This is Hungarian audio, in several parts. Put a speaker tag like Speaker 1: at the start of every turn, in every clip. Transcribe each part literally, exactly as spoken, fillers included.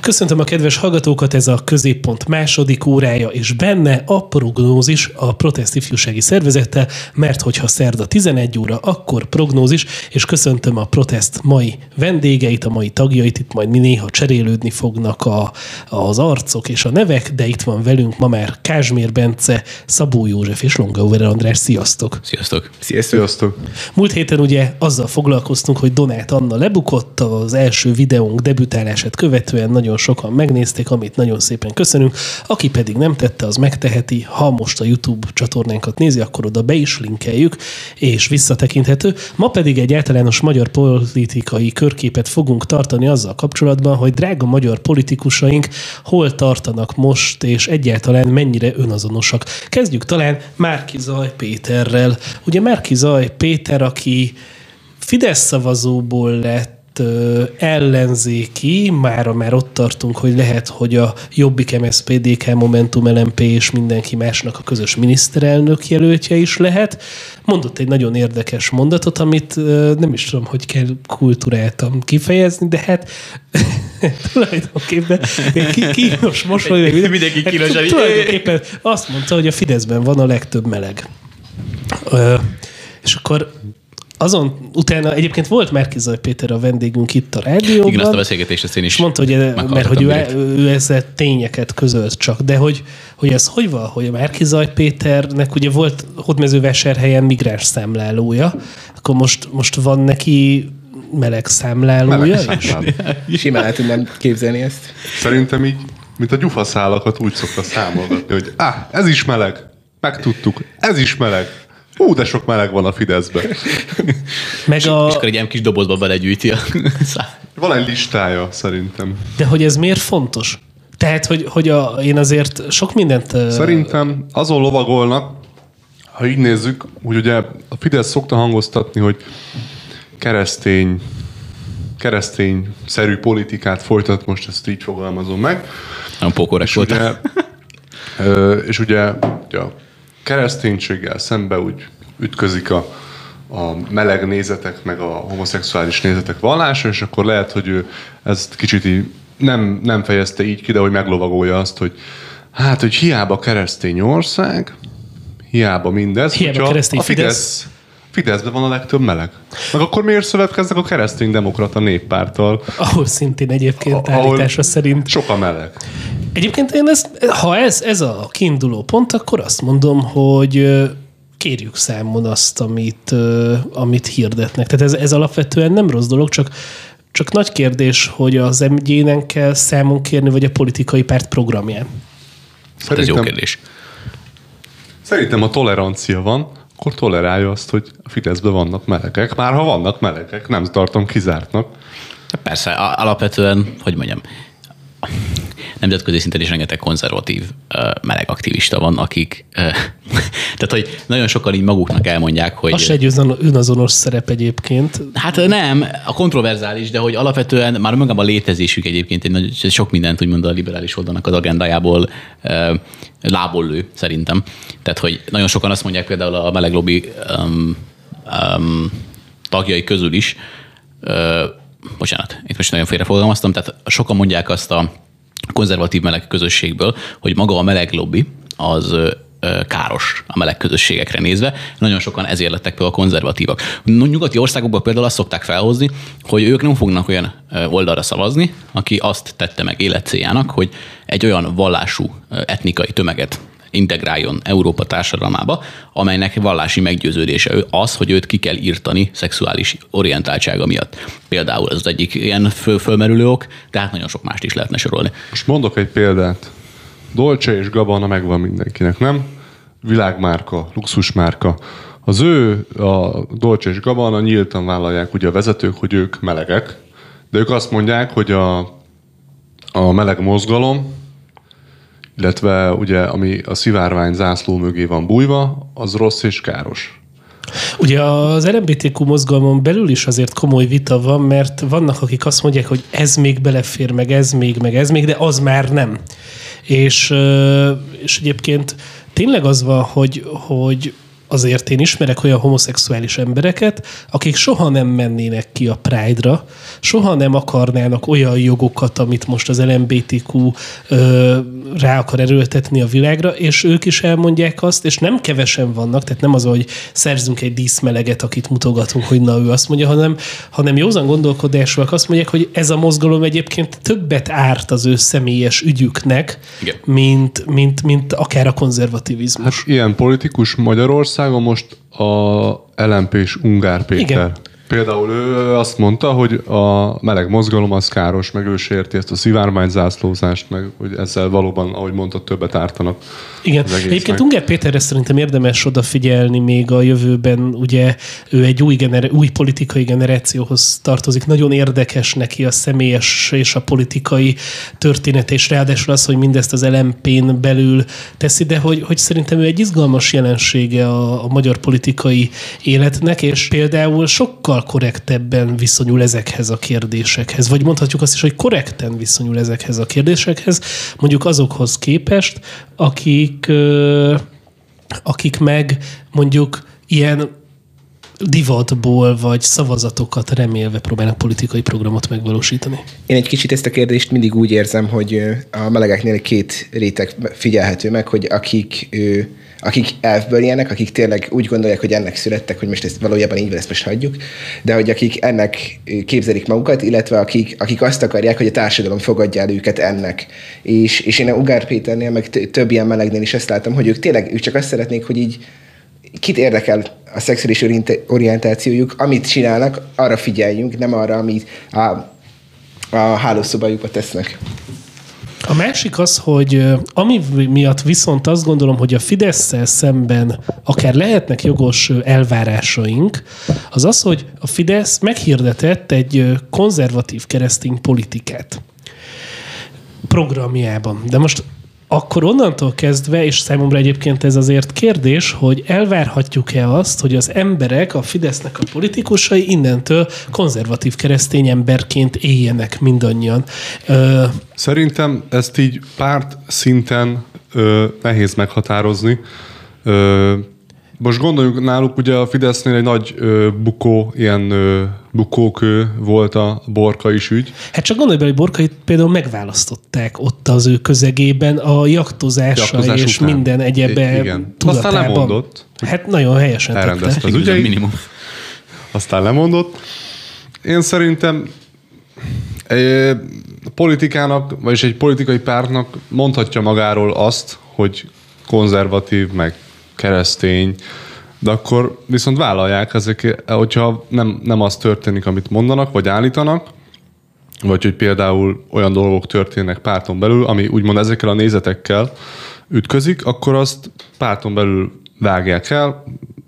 Speaker 1: Köszöntöm a kedves hallgatókat, ez a Középpont második órája, és benne a prognózis a Protest Ifjúsági Szervezettel, mert hogyha szerda tizenegy óra, akkor prognózis, és köszöntöm a Protest mai vendégeit, a mai tagjait, itt majd néha cserélődni fognak a, az arcok és a nevek, de itt van velünk ma már Kázsmér Bence, Szabó József és Longauer András. Sziasztok!
Speaker 2: Sziasztok!
Speaker 3: Sziasztok!
Speaker 1: Múlt héten ugye azzal foglalkoztunk, hogy Donát Anna lebukott, az első videónk debütálását követően nagyon sokan megnézték, amit nagyon szépen köszönünk. Aki pedig nem tette, az megteheti. Ha most a YouTube csatornánkat nézi, akkor oda be is linkeljük, és visszatekinthető. Ma pedig egy általános magyar politikai körképet fogunk tartani azzal kapcsolatban, hogy drága magyar politikusaink hol tartanak most, és egyáltalán mennyire önazonosak. Kezdjük talán Márki-Zay Péterrel. Ugye Márki-Zay Péter, aki Fidesz szavazóból lett ellenzéki, mára már ott tartunk, hogy lehet, hogy a Jobbik, em es zé pé, dé ká, Momentum, el em pé és mindenki másnak a közös miniszterelnök jelöltje is lehet. Mondott egy nagyon érdekes mondatot, amit nem is tudom, hogy kell kulturáltan kifejezni, de hát tulajdonképpen kínos mosoly.
Speaker 2: Mindenki kínos.
Speaker 1: Hát, tulajdonképpen azt mondta, hogy a Fideszben van a legtöbb meleg. És akkor azon utána egyébként volt Márki-Zay Péter a vendégünk itt a rádióban.
Speaker 2: Igen, azt a beszélgetést ezt én is.
Speaker 1: És mondta, hogy, mert hogy ő, ő ezzel tényeket közölt csak. De hogy, hogy ez hogy van, hogy a Márki-Zay Péternek ugye volt Hódmezővásárhelyen migráns számlálója, akkor most, most van neki meleg számlálója meleg
Speaker 3: is? Simán el tudnám képzelni ezt. Szerintem így, mint a gyufaszálakat úgy szokta számolgatni, hogy ah, ez is meleg, megtudtuk, ez is meleg. Hú, de sok meleg van a Fideszben.
Speaker 1: Meg a...
Speaker 2: És akkor egy ilyen kis dobozba belegyűjti a
Speaker 3: Van egy listája, szerintem.
Speaker 1: De hogy ez miért fontos? Tehát, hogy, hogy a, én azért sok mindent...
Speaker 3: Szerintem azon lovagolnak, ha így nézzük, hogy ugye a Fidesz szokta hangoztatni, hogy keresztény, keresztény-szerű politikát folytat, most ezt így fogalmazom meg.
Speaker 2: Nem pókorek volt.
Speaker 3: Ugye, és ugye, ugye a kereszténységgel szembe úgy ütközik a, a meleg nézetek, meg a homoszexuális nézetek vallása, és akkor lehet, hogy ő ezt kicsit így nem, nem fejezte így ki, de hogy meglovagolja azt, hogy hát, hogy hiába keresztény ország, hiába mindez,
Speaker 1: hiába keresztény
Speaker 3: a Fidesz,
Speaker 1: Fidesz.
Speaker 3: Fideszben van a legtöbb meleg. Meg akkor miért szövetkeznek a keresztény-demokrata néppárttal?
Speaker 1: Ahol szintén egyébként állítása szerint.
Speaker 3: Sok a meleg.
Speaker 1: Egyébként én ezt, ha ez, ez a kiinduló pont, akkor azt mondom, hogy kérjük számon azt, amit, amit hirdetnek. Tehát ez, ez alapvetően nem rossz dolog, csak, csak nagy kérdés, hogy az em gé en kell számon kérni, vagy a politikai párt programján.
Speaker 2: Hát ez jó kérdés.
Speaker 3: Szerintem a tolerancia van, akkor tolerálja azt, hogy a Fideszben vannak melegek. Már ha vannak melegek, nem tartom kizártnak.
Speaker 2: Persze, alapvetően, hogy mondjam, nemzetközi szinten is rengeteg konzervatív uh, meleg aktivista van, akik uh, tehát, hogy nagyon sokan így maguknak elmondják, hogy...
Speaker 1: Az se egy önazonos szerep egyébként.
Speaker 2: Hát nem, a kontroverzális, de hogy alapvetően már magában a létezésük egyébként egy nagy, sok mindent úgymond a liberális oldalnak az agendájából uh, lából lő, szerintem. Tehát, hogy nagyon sokan azt mondják például a meleg lobby um, um, tagjai közül is, uh, bocsánat, itt most nagyon félrefogalmaztam, tehát sokan mondják azt a konzervatív meleg közösségből, hogy maga a meleg lobby az ö, ö, káros a meleg közösségekre nézve. Nagyon sokan ezért lettek például a konzervatívak. Nyugati országokban például azt szokták felhozni, hogy ők nem fognak olyan oldalra szavazni, aki azt tette meg életcéljának, hogy egy olyan vallású etnikai tömeget integráljon Európa társadalmába, amelynek vallási meggyőződése az, hogy őt ki kell írtani szexuális orientáltsága miatt. Például ez az egyik ilyen föl, fölmerülő ok, de hát nagyon sok mást is lehetne sorolni.
Speaker 3: Most mondok egy példát. Dolce és Gabbana megvan mindenkinek, nem? Világmárka, luxusmárka. Az ő, a Dolce és Gabbana nyíltan vállalják ugye a vezetők, hogy ők melegek, de ők azt mondják, hogy a, a meleg mozgalom, illetve ugye, ami a szivárvány zászló mögé van bújva, az rossz és káros.
Speaker 1: Ugye az el em bé té kú mozgalmon belül is azért komoly vita van, mert vannak, akik azt mondják, hogy ez még belefér, meg ez még, meg ez még, de az már nem. És, és egyébként tényleg az van, hogy, hogy azért én ismerek olyan homoszexuális embereket, akik soha nem mennének ki a Pride-ra, soha nem akarnának olyan jogokat, amit most az el em bé té kú ö, rá akar erőltetni a világra, és ők is elmondják azt, és nem kevesen vannak, tehát nem az, hogy szerzünk egy díszmeleget, akit mutogatunk, hogy na ő azt mondja, hanem, hanem józan gondolkodásúak azt mondják, hogy ez a mozgalom egyébként többet árt az ő személyes ügyüknek, mint, mint, mint akár a konzervativizmus.
Speaker 3: Hát ilyen politikus Magyarországon most a el em pés Ungár Péter. Igen. Például ő azt mondta, hogy a meleg mozgalom az káros, meg ő sérti ezt a szivárványzászlózást, meg hogy ezzel valóban, ahogy mondta, többet ártanak.
Speaker 1: Igen. Egyébként Ungár Péterre szerintem érdemes odafigyelni még a jövőben, ugye ő egy új, gener- új politikai generációhoz tartozik. Nagyon érdekes neki a személyes és a politikai történet, és ráadásul az, hogy mindezt az el em pén belül teszi, de hogy, hogy szerintem ő egy izgalmas jelensége a, a magyar politikai életnek, és például sokkal korrektebben viszonyul ezekhez a kérdésekhez, vagy mondhatjuk azt is, hogy korrekten viszonyul ezekhez a kérdésekhez, mondjuk azokhoz képest, akik, akik meg mondjuk ilyen divatból vagy szavazatokat remélve próbálnak politikai programot megvalósítani.
Speaker 4: Én egy kicsit ezt a kérdést mindig úgy érzem, hogy a melegeknél két réteg figyelhető meg, hogy akik akik elfből ilyenek, akik tényleg úgy gondolják, hogy ennek születtek, hogy most ezt valójában így van, ezt most hagyjuk, de hogy akik ennek képzelik magukat, illetve akik, akik azt akarják, hogy a társadalom fogadja el őket ennek. És, és én a Ungár Péternél, meg több ilyen melegnél is azt látom, hogy ők tényleg ők csak azt szeretnék, hogy így kit érdekel a szexuális orientációjuk, amit csinálnak, arra figyeljünk, nem arra, amit a, a hálószobájukba tesznek.
Speaker 1: A másik az, hogy ami miatt viszont azt gondolom, hogy a Fidesszel szemben akár lehetnek jogos elvárásaink, az az, hogy a Fidesz meghirdetett egy konzervatív keresztény politikát programjában. De most akkor onnantól kezdve, és számomra egyébként ez azért kérdés, hogy elvárhatjuk-e azt, hogy az emberek, a Fidesznek a politikusai innentől konzervatív keresztény emberként éljenek mindannyian. Ö...
Speaker 3: Szerintem ezt így párt szinten ö, nehéz meghatározni. Ö, most gondoljunk náluk, ugye a Fidesznél egy nagy ö, bukó, ilyen ö, bukókő volt a Borkai ügy.
Speaker 1: Hát csak gondolj bele, hogy Borkait például megválasztották ott az ő közegében a jaktozása Jaktozás és után. Minden egyebe
Speaker 3: igen.
Speaker 1: tudatában.
Speaker 3: Aztán lemondott.
Speaker 1: Hát nagyon helyesen
Speaker 3: tette. Az ügyeit, minimum. Aztán lemondott. Én szerintem egy politikának, vagyis egy politikai pártnak mondhatja magáról azt, hogy konzervatív, meg keresztény, de akkor viszont vállalják ezek, hogyha nem, nem az történik, amit mondanak, vagy állítanak, vagy hogy például olyan dolgok történnek párton belül, ami úgymond ezekkel a nézetekkel ütközik, akkor azt párton belül vágják el,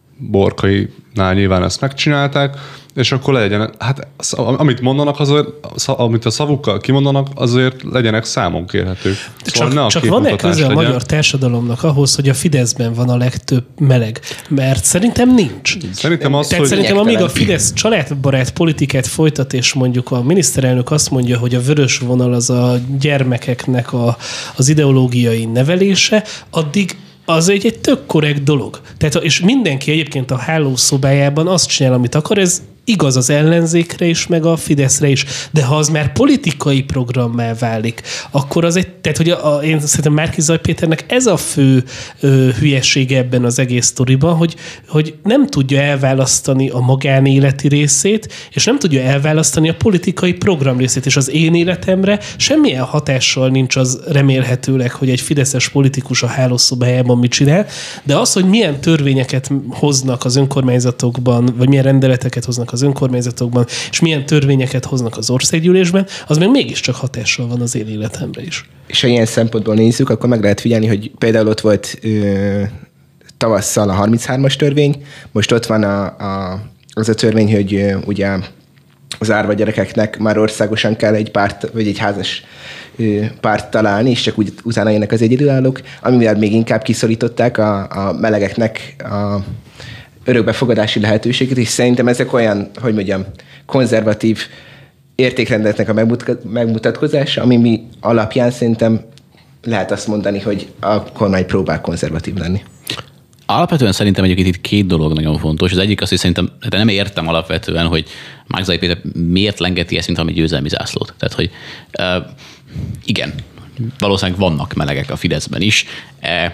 Speaker 3: Borkainál nyilván ezt megcsinálták, és akkor legyen, hát amit mondanak, azért, amit a szavukkal kimondanak, azért legyenek számon kérhetők.
Speaker 1: Szóval csak csak van-e köze a magyar társadalomnak ahhoz, hogy a Fideszben van a legtöbb meleg? Mert szerintem nincs.
Speaker 3: Szerintem az,
Speaker 1: Tehát
Speaker 3: hogy
Speaker 1: szerintem amíg a Fidesz családbarát politikát folytat, és mondjuk a miniszterelnök azt mondja, hogy a vörös vonal az a gyermekeknek a, az ideológiai nevelése, addig az egy, egy tök korrekt dolog. Tehát, és mindenki egyébként a hálószobájában azt csinál, amit akar, ez igaz az ellenzékre is, meg a Fideszre is. De ha az már politikai programmá válik, akkor az egy, tehát hogy a, a, én szerintem Márki-Zay Péternek ez a fő ö, hülyesége ebben az egész sztoriban, hogy, hogy nem tudja elválasztani a magánéleti részét, és nem tudja elválasztani a politikai program részét, és az én életemre semmilyen hatással nincs az remélhetőleg, hogy egy fideszes politikus a hálószobájában mit csinál, de az, hogy milyen törvényeket hoznak az önkormányzatokban, vagy milyen rendeleteket hoznak az önkormányzatokban, és milyen törvényeket hoznak az országgyűlésben, az meg mégiscsak hatással van az én életemre is.
Speaker 4: És ha ilyen szempontból nézzük, akkor meg lehet figyelni, hogy például ott volt ö, tavasszal a harminchármas törvény, most ott van a, a, az a törvény, hogy ö, ugye az árva gyerekeknek már országosan kell egy párt, vagy egy házas ö, párt találni, és csak úgy utána jönnek az egyedülállók, amivel még inkább kiszorították a, a melegeknek a örökbefogadási lehetőséget, és szerintem ezek olyan, hogy mondjam, konzervatív értékrendetnek a megmutatkozása, ami mi alapján szerintem lehet azt mondani, hogy a kormány próbál konzervatív lenni.
Speaker 2: Alapvetően szerintem egyébként itt két dolog nagyon fontos. Az egyik az, hogy szerintem de nem értem alapvetően, hogy Márki-Zay Péter miért lengeti ezt, mint valami győzelmi zászlót. Tehát, hogy uh, igen, valószínűleg vannak melegek a Fideszben is. Uh,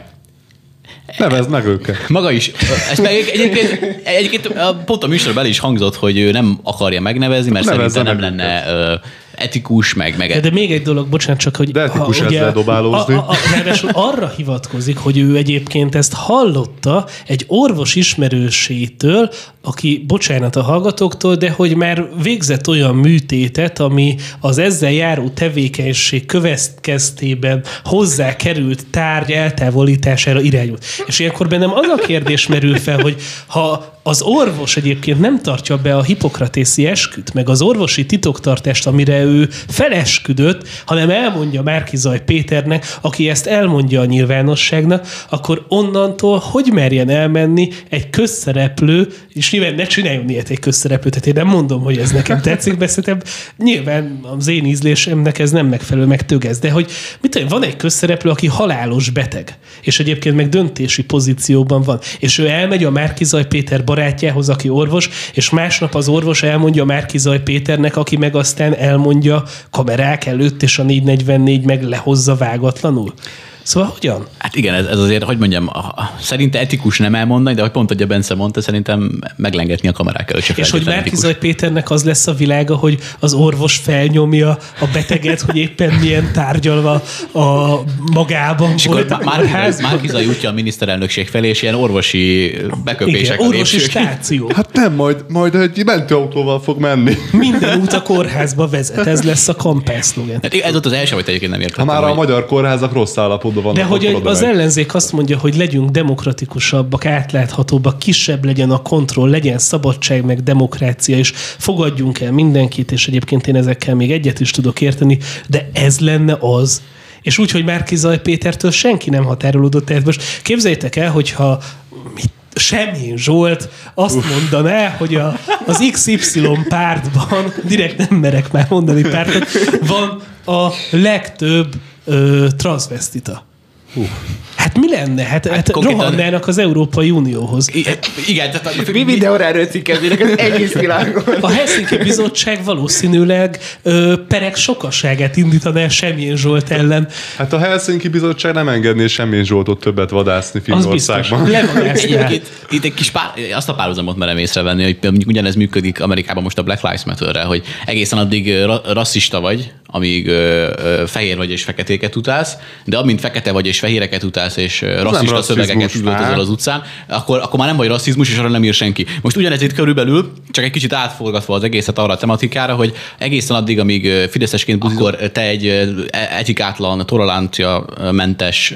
Speaker 3: Nevezd meg őket.
Speaker 2: Maga is. Ez meg egyébként, egyébként pont a műsorban is hangzott, hogy ő nem akarja megnevezni, mert
Speaker 3: Nevezze
Speaker 2: szerintem nem
Speaker 3: meg
Speaker 2: lenne uh, etikus, meg... meg...
Speaker 1: De, de még egy dolog, bocsánat, csak hogy...
Speaker 3: De etikus
Speaker 1: ha,
Speaker 3: ezzel
Speaker 1: ugye,
Speaker 3: dobálózni.
Speaker 1: A, a, a, ráadásul arra hivatkozik, hogy ő egyébként ezt hallotta egy orvos ismerősétől, aki, bocsánat a hallgatóktól, de hogy már végzett olyan műtétet, ami az ezzel járó tevékenység következtében hozzá került tárgy eltávolítására irányult. És ilyenkor bennem az a kérdés merül fel, hogy ha az orvos egyébként nem tartja be a hipokratészi esküt, meg az orvosi titoktartást, amire ő felesküdött, hanem elmondja Márki-Zay Péternek, aki ezt elmondja a nyilvánosságnak, akkor onnantól hogy merjen elmenni egy közszereplő, és nyilván ne csináljon ilyet egy közszereplő, tehát én nem mondom, hogy ez nekem tetszik, de szerintem nyilván az én ízlésemnek ez nem megfelelő, meg tögez, de hogy mit tudom, van egy közszereplő, aki halálos beteg, és egyébként meg döntési pozícióban van, és ő elmegy a Márki-Zay Péter barátjához, aki orvos, és másnap az orvos elmondja Márki-Zay Péternek, aki meg aztán elmondja kamerák előtt, és a négy negyvennégy meg lehozza vágatlanul. Szóval hogyan?
Speaker 2: Hát igen, ez, ez azért, hogy mondjam, szerinte etikus nem elmondani, de hogy pont, hogy a Bence mondta, szerintem meglengetni a kamerák előtt.
Speaker 1: És hogy Márki-Zay Péternek az lesz a világa, hogy az orvos felnyomja a beteget, hogy éppen milyen tárgyalva a magában
Speaker 2: és
Speaker 1: volt.
Speaker 2: És akkor Márki-Zay útja a miniszterelnökség felé, és ilyen orvosi beköpések.
Speaker 1: Igen, orvosi stáció.
Speaker 3: Hát nem, majd, majd egy mentőautóval fog menni.
Speaker 1: Minden út a kórházba vezet, ez lesz a kampányszlogen.
Speaker 2: Hát ez ott az első, amit egyébként nem értettem.
Speaker 3: Ha már a
Speaker 2: hogy...
Speaker 3: magyar kórházak rossz állapotban vannak.
Speaker 1: De hogy az ellenzék azt mondja, hogy legyünk demokratikusabbak, átláthatóbbak, kisebb legyen a kontroll, legyen szabadság, meg demokrácia, és fogadjunk el mindenkit, és egyébként én ezekkel még egyet is tudok érteni, de ez lenne az. És úgy, hogy Márki-Zay Pétertől senki nem határolódott. Tehát most képzeljétek el, hogyha mit Semjén Zsolt azt Uff. mondaná, hogy a, az iksz ipszilon pártban, direkt nem merek már mondani pártot, van a legtöbb ö, transzvesztita. Uh. Hát mi lenne? Hát, hát, hát rohannának az Európai Unióhoz.
Speaker 2: I, igen. Tehát,
Speaker 4: mi videóra erről cikkeznének az egész világon.
Speaker 1: A Helsinki Bizottság valószínűleg ö, perek sokasságát indítaná Semjén Zsolt ellen.
Speaker 3: Hát a Helsinki Bizottság nem engedné Semjén Zsoltot többet vadászni Finnországban.
Speaker 2: Itt, itt egy kis pár, azt a párhuzamot merem észrevenni, hogy mondjuk ugyanez működik Amerikában most a Black Lives Matter-rel, hogy egészen addig ra- rasszista vagy, amíg ö, ö, fehér vagy és feketéket utálsz, de amint fekete vagy és fehéreket utálsz és rasszista szövegeket üvöltözöl az utcán, akkor, akkor már nem vagy rasszizmus, és arra nem ír senki. Most ugyanez itt körülbelül, csak egy kicsit átforgatva az egészet arra a tematikára, hogy egészen addig, amíg fideszesként buzikor te egy etikátlan, tolerancia mentes,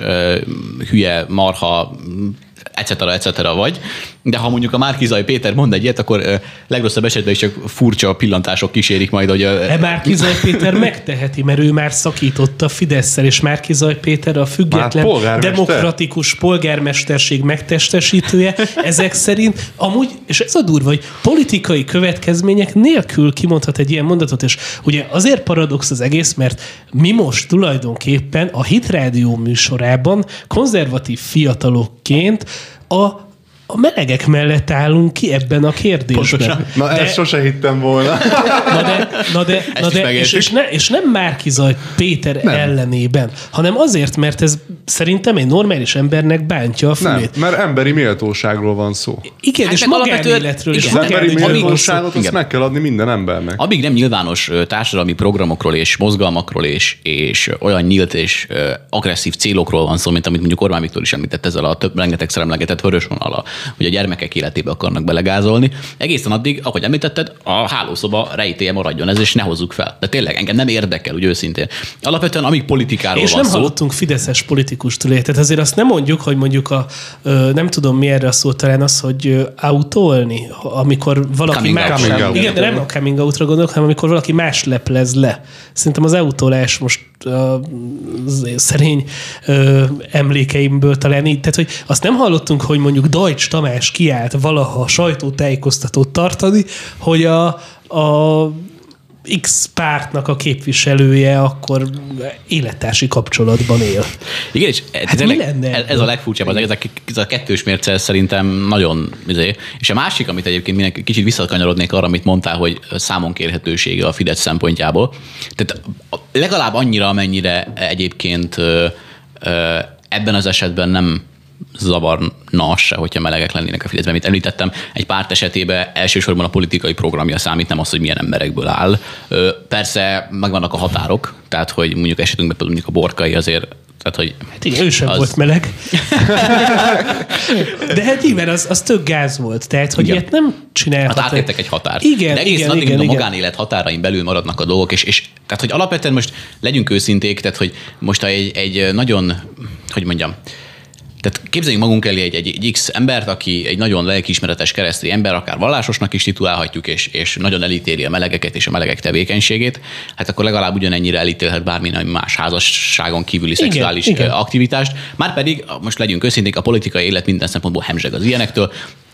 Speaker 2: hülye, marha, et cetera et cetera vagy, de ha mondjuk a Márki-Zay Péter mond egy ilyet, akkor uh, legrosszabb esetben is csak furcsa pillantások kísérik majd, hogy... Uh,
Speaker 1: de Márki-Zay Péter megteheti, mert ő már szakította Fidesszel, és Márki-Zay Péter a független
Speaker 3: polgármester.
Speaker 1: demokratikus polgármesterség megtestesítője. Ezek szerint amúgy, és ez a durva, hogy politikai következmények nélkül kimondhat egy ilyen mondatot, és ugye azért paradox az egész, mert mi most tulajdonképpen a Hit Rádió műsorában konzervatív fiatalokként a A melegek mellett állunk ki ebben a kérdésben.
Speaker 3: Na, de, ezt sose hittem volna.
Speaker 1: Na de, na de, na de és, és, ne, és nem Márki-Zay Péter nem. ellenében, hanem azért, mert ez szerintem egy normális embernek bántja a fülét.
Speaker 3: Nem, mert emberi méltóságról van szó.
Speaker 1: Igen, hát és magánéletről.
Speaker 3: És az emberi méltóságot azt meg kell adni minden embernek.
Speaker 2: Amíg nem nyilvános társadalmi programokról és mozgalmakról és, és olyan nyílt és agresszív célokról van szó, mint amit mondjuk Orbán Viktor is említett ezzel a több rengetegszer emlegetett vörös vonallal, hogy a gyermekek életébe akarnak belegázolni. Egészen addig, ahogy említetted, a hálószoba rejtélye maradjon ez, és ne hozzuk fel. De tényleg engem nem érdekel, úgy őszintén. Alapvetően, amíg politikáról
Speaker 1: és
Speaker 2: van szó...
Speaker 1: És nem hallottunk fideszes politikustól, tehát azért azt nem mondjuk, hogy mondjuk a, nem tudom mi erre a szó, talán az, hogy autolni, amikor valaki
Speaker 2: coming
Speaker 1: más...
Speaker 3: Coming out.
Speaker 1: Igen, de nem a coming outra gondolok, hanem amikor valaki más leplez le. Szerintem az autolás most uh, szerény uh, emlékeimből talán így. Tehát, hogy azt nem hallottunk, hogy mondjuk Deutsch Tamás kiállt valaha sajtótájékoztatót tartani, hogy a, a X pártnak a képviselője, akkor élettársi kapcsolatban él.
Speaker 2: Igen, és
Speaker 1: hát mi lenne
Speaker 2: ez, ez a legfurcsább, az, ez, a, ez a kettős mérce szerintem nagyon... És a másik, amit egyébként mindenki kicsit visszakanyarodnék arra, amit mondtál, hogy számon kérhetősége a Fidesz szempontjából. Tehát legalább annyira, amennyire egyébként ebben az esetben nem zavarna se, hogyha melegek lennének a Fideszben. Amit említettem, egy párt esetében elsősorban a politikai programja számít, nem az, hogy milyen emberekből áll. Persze megvannak a határok, tehát hogy mondjuk esetünkben például mondjuk a Borkai azért, tehát hogy...
Speaker 1: Hát igen, ő sem az... volt meleg. De hát nyilván az, az tök gáz volt, tehát hogy igen. Ilyet nem csinálhat.
Speaker 2: Hát átértek egy határt.
Speaker 1: Igen,
Speaker 2: de egészen
Speaker 1: igen,
Speaker 2: addig,
Speaker 1: igen,
Speaker 2: mint a
Speaker 1: igen.
Speaker 2: magánélet határain belül maradnak a dolgok, és, és tehát hogy alapvetően most legyünk őszinték, tehát hogy most egy, egy nagyon, hogy mondjam, tehát képzeljünk magunk elé egy, egy, egy X embert, aki egy nagyon lelkiismeretes keresztény ember, akár vallásosnak is titulálhatjuk, és, és nagyon elítéli a melegeket és a melegek tevékenységét, hát akkor legalább ugyanennyire elítélhet bármilyen más házasságon kívüli igen, szexuális igen. aktivitást. Márpedig, most legyünk őszinték, a politikai élet minden szempontból hemzseg az ilyenektől,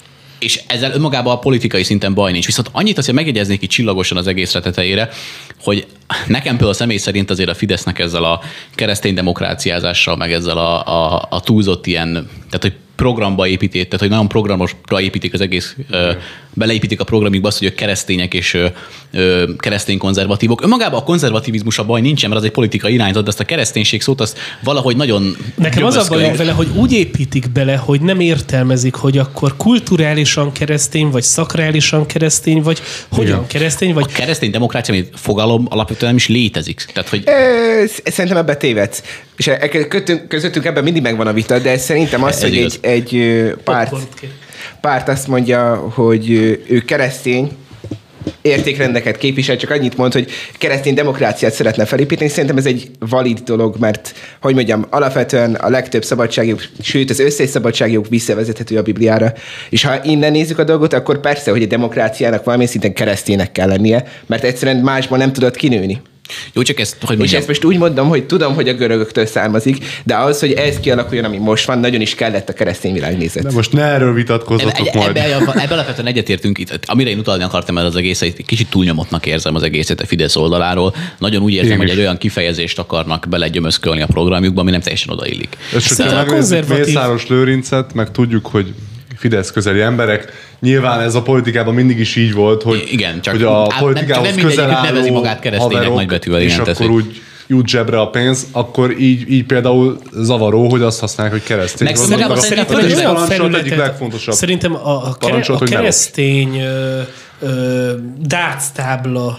Speaker 2: és ezzel önmagában a politikai szinten baj nincs. Viszont annyit azért megjegyeznék itt csillagosan az egészre tetejére, hogy nekem például személy szerint azért a Fidesznek ezzel a keresztény demokráciázással, meg ezzel a, a, a túlzott ilyen, tehát hogy programba építik, tehát hogy nagyon programosra építik az egész, ö, beleépítik a programjukba azt, hogy ők keresztények és ö, ö, keresztény konzervatívok. Önmagában a konzervativizmus a baj nincsen, mert az egy politikai irányzat, de azt a kereszténység szót azt valahogy nagyon...
Speaker 1: Nekem az a bajom vele, hogy úgy építik bele, hogy nem értelmezik, hogy akkor kulturálisan keresztény, vagy szakrálisan keresztény, vagy hogyan igen. keresztény, vagy...
Speaker 2: A keresztény demokrácia, mint fogalom alapvetően nem is létezik. Tehát, hogy...
Speaker 4: E, szerintem ebben tévedsz. És közöttünk ebben mindig megvan a vita, de szerintem az, ez hogy igaz. egy, egy párt, párt azt mondja, hogy ő keresztény, értékrendeket képvisel, csak annyit mond, hogy keresztény demokráciát szeretne felépíteni. Szerintem ez egy valid dolog, mert, hogy mondjam, alapvetően a legtöbb szabadságjog, sőt az összes szabadságjog visszavezethető a Bibliára. És ha innen nézzük a dolgot, akkor persze, hogy a demokráciának valamilyen szinten kereszténynek kell lennie, mert egyszerűen másból nem tudod kinőni.
Speaker 2: Jó, csak ezt, hogy
Speaker 4: és ezt most úgy mondom, hogy tudom, hogy a görögöktől származik, de az, hogy ez kialakuljon, ami most van, nagyon is kellett a keresztény világnézet.
Speaker 3: De most ne erről vitatkozzatok
Speaker 2: ebbe,
Speaker 3: majd.
Speaker 2: Ebben ebbe alapvetően egyetértünk itt. Amire én utalni akartam el az egészet, egy kicsit túlnyomottnak érzem az egészet a Fidesz oldaláról. Nagyon úgy érzem, én hogy is. Egy olyan kifejezést akarnak belegyömözkölni a programjukba, ami nem teljesen odaillik.
Speaker 3: És hogyha megnézzük Mészáros Lőrincet, meg tudjuk, hogy Fidesz közeli emberek. Nyilván ez a politikában mindig is így volt, hogy,
Speaker 2: igen, csak
Speaker 3: hogy a politikához
Speaker 2: nem,
Speaker 3: közel álló
Speaker 2: nevezi magát kereszténynek nagybetűvel,
Speaker 3: és akkor teszik. Úgy jut zsebre a pénz, akkor így, így például zavaró, hogy azt használják, hogy keresztény.
Speaker 1: Meg szerintem, a szerintem,
Speaker 3: a parancsolat egyik legfontosabb.
Speaker 1: Szerintem a, a, kere, a keresztény ö, ö, dárctábla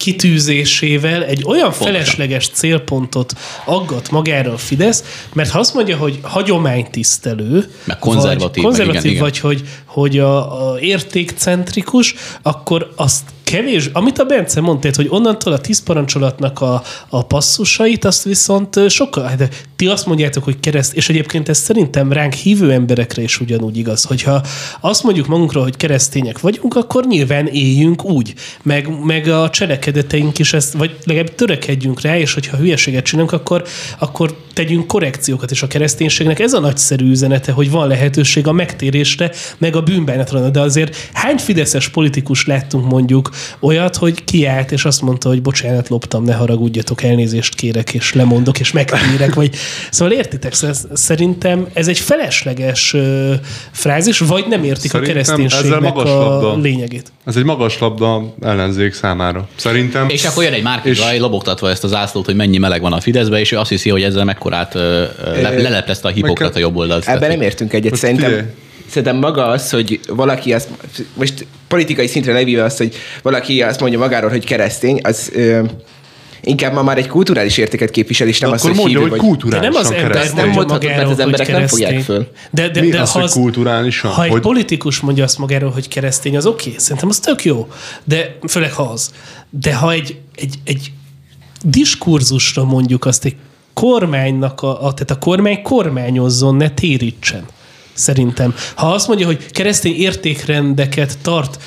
Speaker 1: kitűzésével egy olyan felesleges célpontot aggat magára a Fidesz, mert ha azt mondja, hogy hagyománytisztelő,
Speaker 2: meg konzervatív,
Speaker 1: vagy, konzervatív
Speaker 2: igen, igen.
Speaker 1: vagy hogy, hogy a, a értékcentrikus, akkor azt kevés, amit a Bence mondta, hogy onnantól a tíz parancsolatnak a, a passzusait, azt viszont sokkal, de ti azt mondjátok, hogy kereszt, és egyébként ez szerintem ránk hívő emberekre is ugyanúgy igaz, hogyha azt mondjuk magunkról, hogy keresztények vagyunk, akkor nyilván éljünk úgy, meg, meg a cselekedeteink is ezt, vagy legalább törekedjünk rá, és hogyha hülyeséget csinálunk, akkor, akkor tegyünk korrekciókat, és a kereszténységnek ez a nagyszerű üzenete, hogy van lehetőség a megtérésre, meg a bűnbánatra, de azért hány fideszes politikus láttunk mondjuk olyat, hogy kiállt, és azt mondta, hogy bocsánat, loptam, ne haragudjatok, elnézést kérek, és lemondok, és megtérek, vagy... Szóval értitek, szerintem ez egy felesleges uh, frázis, vagy nem értik szerintem a kereszténységnek a lényegét. Ez egy magas labda ellenzék számára. Szerintem.
Speaker 2: És akkor jön egy Márki Zaj, lobogtatva ezt az zászlót, hogy mennyi meleg van a Fideszbe, és ő azt hiszi, hogy ezzel mekkorát uh, le, leleplezte a hipokrata jobb oldalt.
Speaker 4: Ebben nem értünk egyet. Szerintem, szerintem maga az, hogy valaki azt, most politikai szintre levíve azt, hogy valaki azt mondja magáról, hogy keresztény, az ö, inkább ma már egy kulturális értéket képvisel, és nem az, hogy
Speaker 3: mondja,
Speaker 4: hívő
Speaker 3: hogy
Speaker 4: vagy.
Speaker 3: kulturálisan
Speaker 1: nem az ember
Speaker 4: nem mondhatod, mert az emberek nem fogják föl.
Speaker 1: De, de,
Speaker 3: Mi
Speaker 1: de
Speaker 3: az,
Speaker 1: ha,
Speaker 3: hogy kulturálisan?
Speaker 1: Ha egy
Speaker 3: hogy...
Speaker 1: politikus mondja azt magáról, hogy keresztény, az oké. Okay. Szerintem az tök jó. De főleg ha az. De ha egy, egy, egy diskurzusra mondjuk azt egy kormánynak, a, a, tehát a kormány kormányozzon, ne térítsen. Szerintem. Ha azt mondja, hogy keresztény értékrendeket tart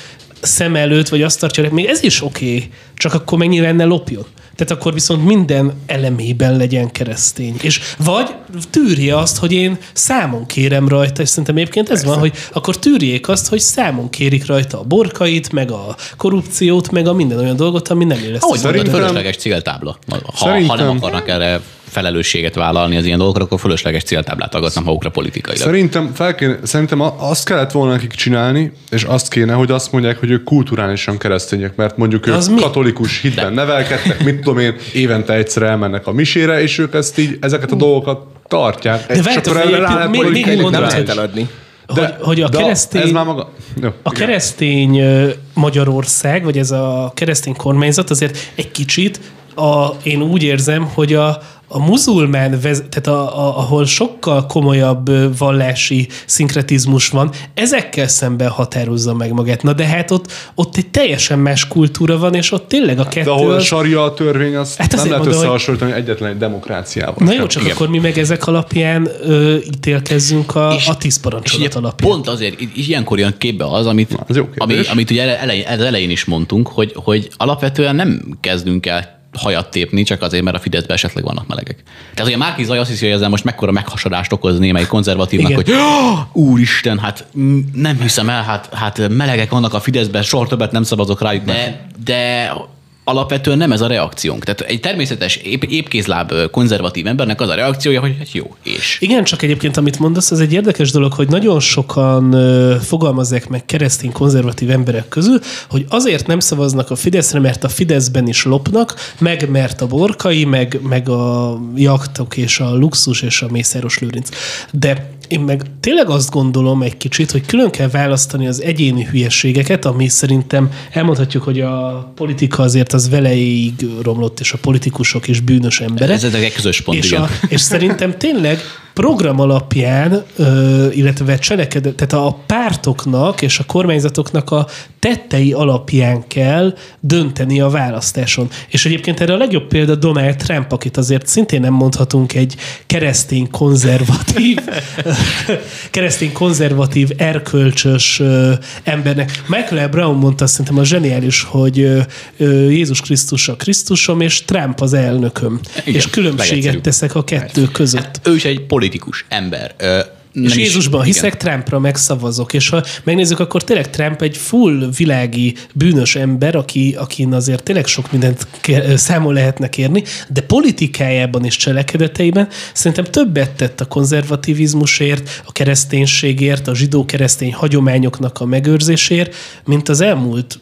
Speaker 1: szem előtt, vagy azt tartja, még ez is oké, okay, csak akkor meg nyilván ne lopjon. Tehát akkor viszont minden elemében legyen keresztény. És vagy tűrje azt, hogy én számon kérem rajta, és szerintem egyébként ez Persze. van, hogy akkor tűrjék azt, hogy számon kérik rajta a borkait, meg a korrupciót, meg a minden olyan dolgot, ami nem érez.
Speaker 2: Ahogy mondod, fölösleges céltábla. Ha, ha nem akarnak erre felelősséget vállalni az ilyen dolgokra, akkor fölösleges céltáblát aggatnak magukra politikailag.
Speaker 3: Szerintem, fel kéne, szerintem azt kellett volna nekik csinálni, és azt kéne, hogy azt mondják, hogy ők kulturálisan keresztények, mert mondjuk ők mi? katolikus hitben De. nevelkedtek, mit tudom én, évente egyszer elmennek a misére, és ők ezt így, ezeket a dolgokat tartják.
Speaker 1: De várjátok, még, még, még nem lehet eladni. De, hogy, hogy a keresztény, ez már maga... Jó, a keresztény Magyarország, vagy ez a keresztény kormányzat azért egy kicsit, a, én úgy érzem, hogy a, a muzulmán, vez, tehát a, a, ahol sokkal komolyabb vallási szinkretizmus van, ezekkel szemben határozza meg magát. Na de hát ott, ott egy teljesen más kultúra van, és ott tényleg a kettő...
Speaker 3: De ahol
Speaker 1: az...
Speaker 3: a saria a törvény, azt hát nem lehet összehasonlítani hogy... egyetlen egy demokráciával.
Speaker 1: Na jó, csak igen. Akkor mi meg ezek alapján ö, ítélkezzünk a, a tíz parancsolat alapján.
Speaker 2: Pont azért, ilyenkor jön képbe az, amit, Na, az ami, amit ugye elején, elején is mondtunk, hogy, hogy alapvetően nem kezdünk el hajat tépni, csak azért, mert a Fideszben esetleg vannak melegek. Tehát ugye Márki Zaj azt hiszi, hogy ezzel most mekkora meghasadást okoz némelyik konzervatívnak, Igen. hogy úristen, hát nem hiszem el, hát, hát melegek vannak a Fideszben, soha többet nem szavazok rájuk. De, de alapvetően nem ez a reakciónk. Tehát egy természetes épp, épkézláb konzervatív embernek az a reakciója, hogy hát jó, és.
Speaker 1: Igen, csak egyébként amit mondasz, az egy érdekes dolog, hogy nagyon sokan uh, fogalmazzák meg keresztény konzervatív emberek közül, hogy azért nem szavaznak a Fideszre, mert a Fideszben is lopnak, meg mert a borkai, meg, meg a jachtok és a luxus és a Mészáros Lőrinc. De én meg tényleg azt gondolom egy kicsit, hogy külön kell választani az egyéni hülyeségeket, ami szerintem elmondhatjuk, hogy a politika azért az velejéig romlott, és a politikusok is bűnös emberek.
Speaker 2: Ez egy közös pont,
Speaker 1: és,
Speaker 2: igen.
Speaker 1: A, és szerintem tényleg program alapján, illetve cselekedet, tehát a pártoknak és a kormányzatoknak a tettei alapján kell dönteni a választáson. És egyébként erre a legjobb példa Donald Trump, akit azért szintén nem mondhatunk egy keresztény konzervatív, keresztény konzervatív, erkölcsös embernek. Michael Brown mondta szerintem a zseniális, hogy Jézus Krisztus a Krisztusom, és Trump az elnököm. Igen, és különbséget teszek a kettő között.
Speaker 2: Hát, ő is egy politikus ember. Ö,
Speaker 1: és Jézusban is, hiszek, igen. Trumpra megszavazok. És ha megnézzük, akkor tényleg Trump egy full világi bűnös ember, aki, akin azért tényleg sok mindent kér, számon lehetne kérni, de politikájában és cselekedeteiben szerintem többet tett a konzervativizmusért, a kereszténységért, a zsidó-keresztény hagyományoknak a megőrzésért, mint az elmúlt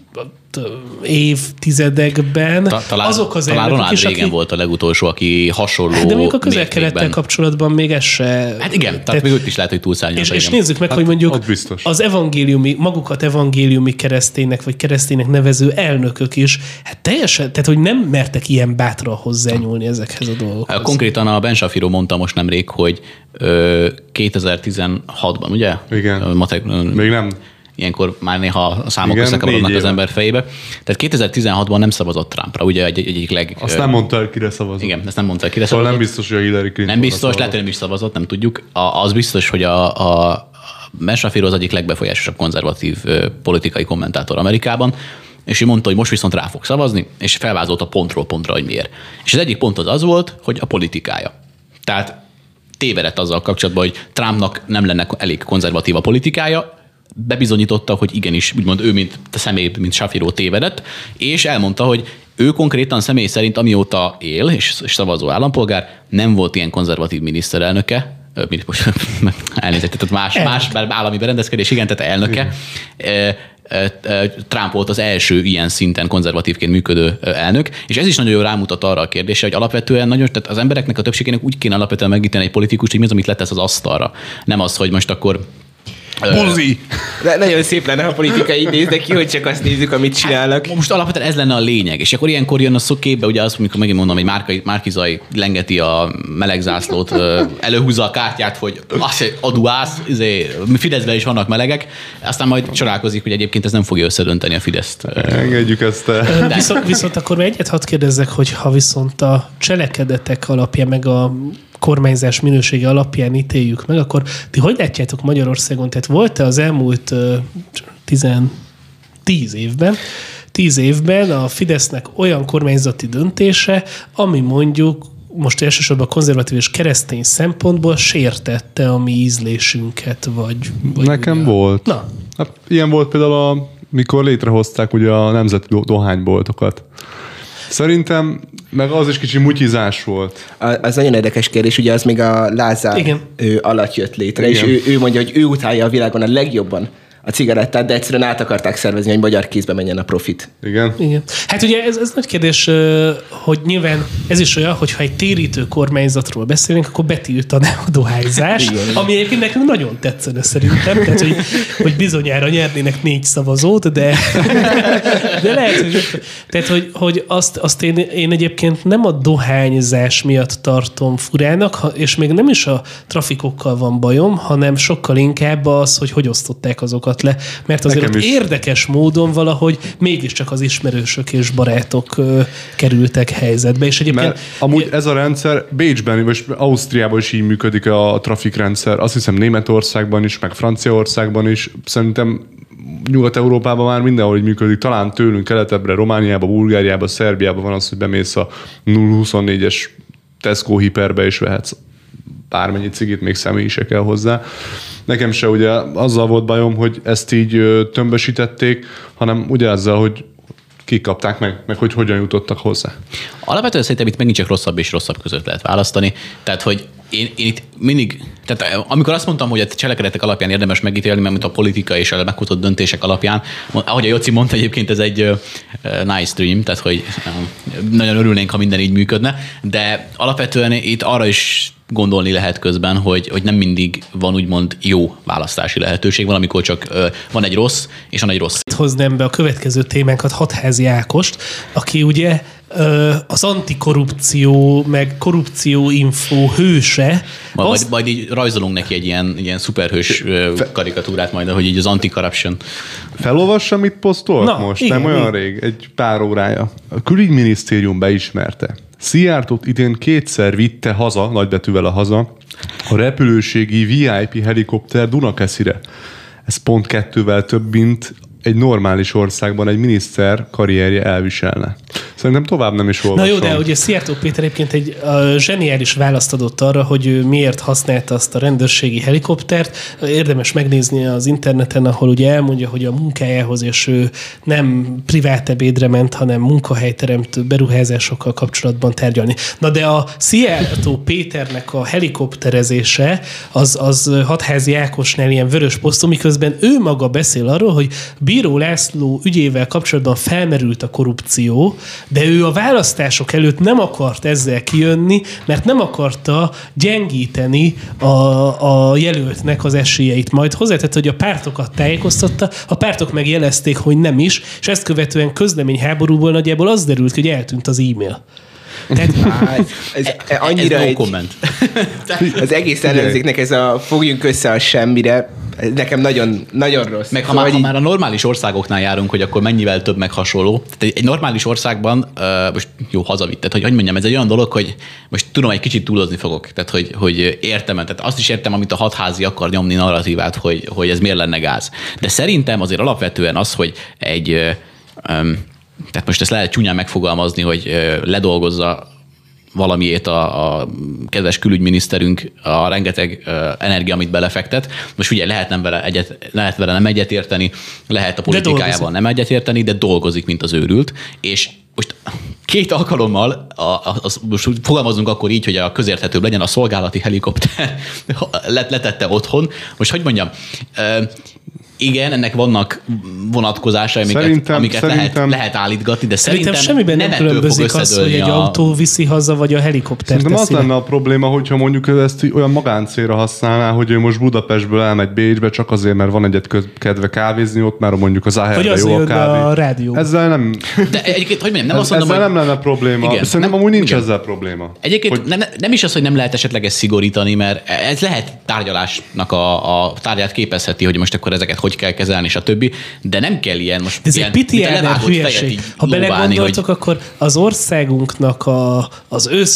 Speaker 1: évtizedekben.
Speaker 2: Ta, talán,
Speaker 1: azok az
Speaker 2: talán Ronald
Speaker 1: is,
Speaker 2: Reagan
Speaker 1: aki...
Speaker 2: volt a legutolsó, aki hasonló
Speaker 1: De mondjuk a közel-kelettel kapcsolatban még ez se...
Speaker 2: Hát igen, tehát, tehát még őt is lehet, hogy túlszárnyalta.
Speaker 1: És, és nézzük meg, hát, hogy mondjuk az evangéliumi, magukat evangéliumi kereszténynek, vagy kereszténynek nevező elnökök is, hát teljesen, tehát hogy nem mertek ilyen bátran hozzányúlni ezekhez a dolgokhoz.
Speaker 2: Konkrétan a Ben Shapiro mondta most nemrég, hogy ö, kétezer-tizenhatban, ugye?
Speaker 3: Igen.
Speaker 2: Matek,
Speaker 3: még nem.
Speaker 2: Ilyenkor már néha a számok összekavarodnak az ember fejébe. Tehát kétezer-tizenhatban nem szavazott Trumpra, ugye egy, egy, egyik leg...
Speaker 3: Azt nem mondta el, kire szavazott.
Speaker 2: Igen, ezt nem mondta el, kire
Speaker 3: szóval
Speaker 2: szavazott.
Speaker 3: nem biztos, hogy a Hillary Clinton
Speaker 2: Nem biztos, lehet, hogy nem is szavazott, nem tudjuk. A, az biztos, hogy a, a Ben Shapiro az egyik legbefolyásosabb konzervatív politikai kommentátor Amerikában, és ő mondta, hogy most viszont rá fog szavazni, és felvázolta pontról pontra, hogy miért. És az egyik pont az az volt, hogy a politikája. Tehát tévedett azzal kapcsolatban, hogy Trumpnak nem lenne elég konzervatív a politikája, bebizonyította, hogy igenis, úgymond ő, mint a személy, mint Shapiro tévedett, és elmondta, hogy ő konkrétan személy szerint, amióta él, és, és szavazó állampolgár, nem volt ilyen konzervatív miniszterelnöke, elnézést, tehát más, más állami berendezkedés, igen, tehát elnöke. Trump volt az első ilyen szinten konzervatívként működő elnök, és ez is nagyon jól rámutat arra a kérdésre, hogy alapvetően nagyon, tehát az embereknek a többségének úgy kéne alapvetően megítélni egy politikust, hogy mi az, amit letesz az asztalra. Nem az, hogy most akkor
Speaker 4: Buzi! De nagyon szép lenne, ha politikai így néznek ki, hogy csak azt nézzük, amit csinálnak.
Speaker 2: Hát, most alapvetően ez lenne a lényeg, és akkor ilyenkor jön a szó képbe, ugye azt, amikor megint mondom, hogy Márki Zaj lengeti a melegzászlót, előhúzza a kártyát, hogy azt, hogy aduász, Fideszben is vannak melegek, aztán majd csodálkozik, hogy egyébként ez nem fogja összedönteni a Fideszt.
Speaker 3: Engedjük ezt el.
Speaker 1: De. Viszont, viszont akkor még egyet hadd kérdezzek, hogy ha viszont a cselekedetek alapján, meg a kormányzás minősége alapján ítéljük meg, akkor ti hogy látjátok Magyarországon? Tehát volt-e az elmúlt uh, tíz évben, tíz évben a Fidesznek olyan kormányzati döntése, ami mondjuk most elsősorban konzervatív és keresztény szempontból sértette a mi ízlésünket, vagy... vagy
Speaker 3: Nekem
Speaker 1: ugye.
Speaker 3: volt.
Speaker 1: Na.
Speaker 3: Hát, ilyen volt például, a, mikor létrehozták ugye a nemzeti dohányboltokat. Szerintem meg az is kicsi mutyizás volt.
Speaker 4: Az nagyon érdekes kérdés, ugye az még a Lázár
Speaker 1: Igen.
Speaker 4: ő alatt jött létre,
Speaker 3: Igen.
Speaker 4: és ő, ő mondja, hogy ő utálja a világon a legjobban a cigarettát, de egyszerűen át akarták szervezni, hogy magyar kézbe menjen a profit.
Speaker 3: Igen.
Speaker 1: Igen. Hát ugye ez, ez nagy kérdés, hogy nyilván ez is olyan, hogy ha egy térítő kormányzatról beszélünk, akkor betiltaná a dohányzás,
Speaker 4: Igen.
Speaker 1: ami egyébként nekünk nagyon tetszene szerintem, tehát hogy, hogy bizonyára nyernének négy szavazót, de, de lehet, hogy, tehát, hogy, hogy azt, azt én, én egyébként nem a dohányzás miatt tartom furának, és még nem is a trafikokkal van bajom, hanem sokkal inkább az, hogy hogy osztották azokat le, mert azért ott érdekes módon valahogy mégiscsak az ismerősök és barátok ö, kerültek helyzetbe. És egyébként...
Speaker 3: Mert amúgy ez a rendszer Bécsben, vagy Ausztriában is így működik a trafikrendszer. Azt hiszem Németországban is, meg Franciaországban is. Szerintem Nyugat-Európában már mindenhol így működik. Talán tőlünk keletebbre, Romániában, Bulgáriában, Szerbiában van az, hogy bemész a nulla huszonnégyes Tesco hiperbe és vehetsz bármennyi cigit, még személy se kell hozzá. Nekem se ugye azzal volt bajom, hogy ezt így tömbösítették, hanem ugye ezzel, hogy kikapták meg, meg hogy hogyan jutottak hozzá.
Speaker 2: Alapvetően szerintem itt megint csak rosszabb és rosszabb között lehet választani. Tehát, hogy én, én itt mindig, tehát amikor azt mondtam, hogy a cselekedetek alapján érdemes megítélni, mert mint a politika és a meghozott döntések alapján, ahogy a Jóci mondta, egyébként ez egy uh, nice dream, tehát hogy uh, nagyon örülnénk, ha minden így működne, de alapvetően itt arra is gondolni lehet közben, hogy, hogy nem mindig van úgymond jó választási lehetőség, valamikor csak uh, van egy rossz, és van egy rossz.
Speaker 1: Hoznám be a következő témánkat, Hatházi Ákost, aki ugye az antikorrupció, meg korrupcióinfó hőse.
Speaker 2: Majd,
Speaker 1: azt...
Speaker 2: majd így rajzolunk neki egy ilyen, ilyen szuperhős karikatúrát majd, hogy így az anti-corruption.
Speaker 3: Felolvassam, mit posztolt Na, most? Igen, nem olyan igen. rég, egy pár órája. A külügyminisztérium beismerte. Szijjártót idén kétszer vitte haza, nagybetűvel a haza, a repülőségi vé i pé helikopter Dunakeszire. Ez pont kettővel több, mint egy normális országban egy miniszter karrierje elviselne. Szerintem tovább nem is olvasom.
Speaker 1: Na jó, de ugye Szijjártó Péter egyébként egy uh, zseniális választ adott arra, hogy ő miért használta azt a rendőrségi helikoptert. Érdemes megnézni az interneten, ahol ugye elmondja, hogy a munkájához, és ő nem privát ebédre ment, hanem munkahelyteremtő beruházásokkal kapcsolatban tárgyalni. Na de a Szijjártó Péternek a helikopterezése az, az Hatházi Ákosnál ilyen vörös posztó, miközben ő maga beszél arról, hogy Bíró László ügyével kapcsolatban felmerült a korrupció, de ő a választások előtt nem akart ezzel kijönni, mert nem akarta gyengíteni a, a jelöltnek az esélyeit. Majd hozzátett, hogy a pártokat tájékoztatta, a pártok meg jelezték, hogy nem is, és ezt követően közleményháborúból nagyjából az derült, hogy eltűnt az e-mail.
Speaker 4: Tehát, ez, ez, ez annyira
Speaker 2: ez no
Speaker 4: egy,
Speaker 2: comment.
Speaker 4: Az egész ellenzéknek ez a fogjunk össze a semmire, nekem nagyon, nagyon rossz.
Speaker 2: Meg ha, már, ha már a normális országoknál járunk, hogy akkor mennyivel több meg hasonló. Tehát egy normális országban, uh, most jó, hazavitted, hogy hogy mondjam, ez egy olyan dolog, hogy most tudom, egy kicsit túlozni fogok. Tehát, hogy, hogy értem, tehát azt is értem, amit a Hatházi akar nyomni narratívát, hogy, hogy ez miért lenne gáz. De szerintem azért alapvetően az, hogy egy, um, tehát most ezt lehet csúnyán megfogalmazni, hogy uh, ledolgozza valamiét a, a kedves külügyminiszterünk, a rengeteg uh, energia, amit belefektet. Most ugye lehet, nem vele, egyet, lehet vele nem egyetérteni, lehet a politikájával nem egyetérteni, de dolgozik, mint az őrült. És most két alkalommal, a, a, az, most fogalmazunk akkor így, hogy a közérthetőbb legyen, a szolgálati helikopter letette otthon. Most hogy mondjam, uh, igen, ennek vannak vonatkozásai, amiket,
Speaker 3: szerintem,
Speaker 2: amiket
Speaker 3: szerintem,
Speaker 2: lehet, lehet állítgatni, de szerintem,
Speaker 1: szerintem semmiben nem különbözik az, hogy egy a... autó viszi haza, vagy a helikopter
Speaker 3: Szerintem
Speaker 1: teszi.
Speaker 3: az lenne a probléma, hogyha mondjuk ezt olyan magáncélra használná, hogy ő most Budapestből elmegy Bécsbe, csak azért, mert van egyet kedve kávézni, ott már mondjuk az Áherbe jó a kávé.
Speaker 1: A rádió.
Speaker 3: Ezzel nem...
Speaker 2: De egyébként, hogy mondjam, nem
Speaker 3: ez,
Speaker 2: azt mondom,
Speaker 3: ezzel
Speaker 2: hogy...
Speaker 3: nem lenne probléma.
Speaker 2: Igen,
Speaker 3: Szerintem
Speaker 2: nem,
Speaker 3: amúgy nincs
Speaker 2: igen.
Speaker 3: ezzel probléma.
Speaker 2: Egyébként
Speaker 3: hogy...
Speaker 2: nem, nem is az, hogy nem lehet esetleg ezt szigorítani, mert ez lehet tárgyalásnak a, a tárgyát képezheti, hogy most akkor ezeket hogy kell kezelni, és a többi, de nem kell ilyen most
Speaker 1: ez
Speaker 2: ilyen,
Speaker 1: egy piti elmer hülyeség. Ha
Speaker 2: lóbálni,
Speaker 1: belegondoltok, hogy... akkor az országunknak a, az össz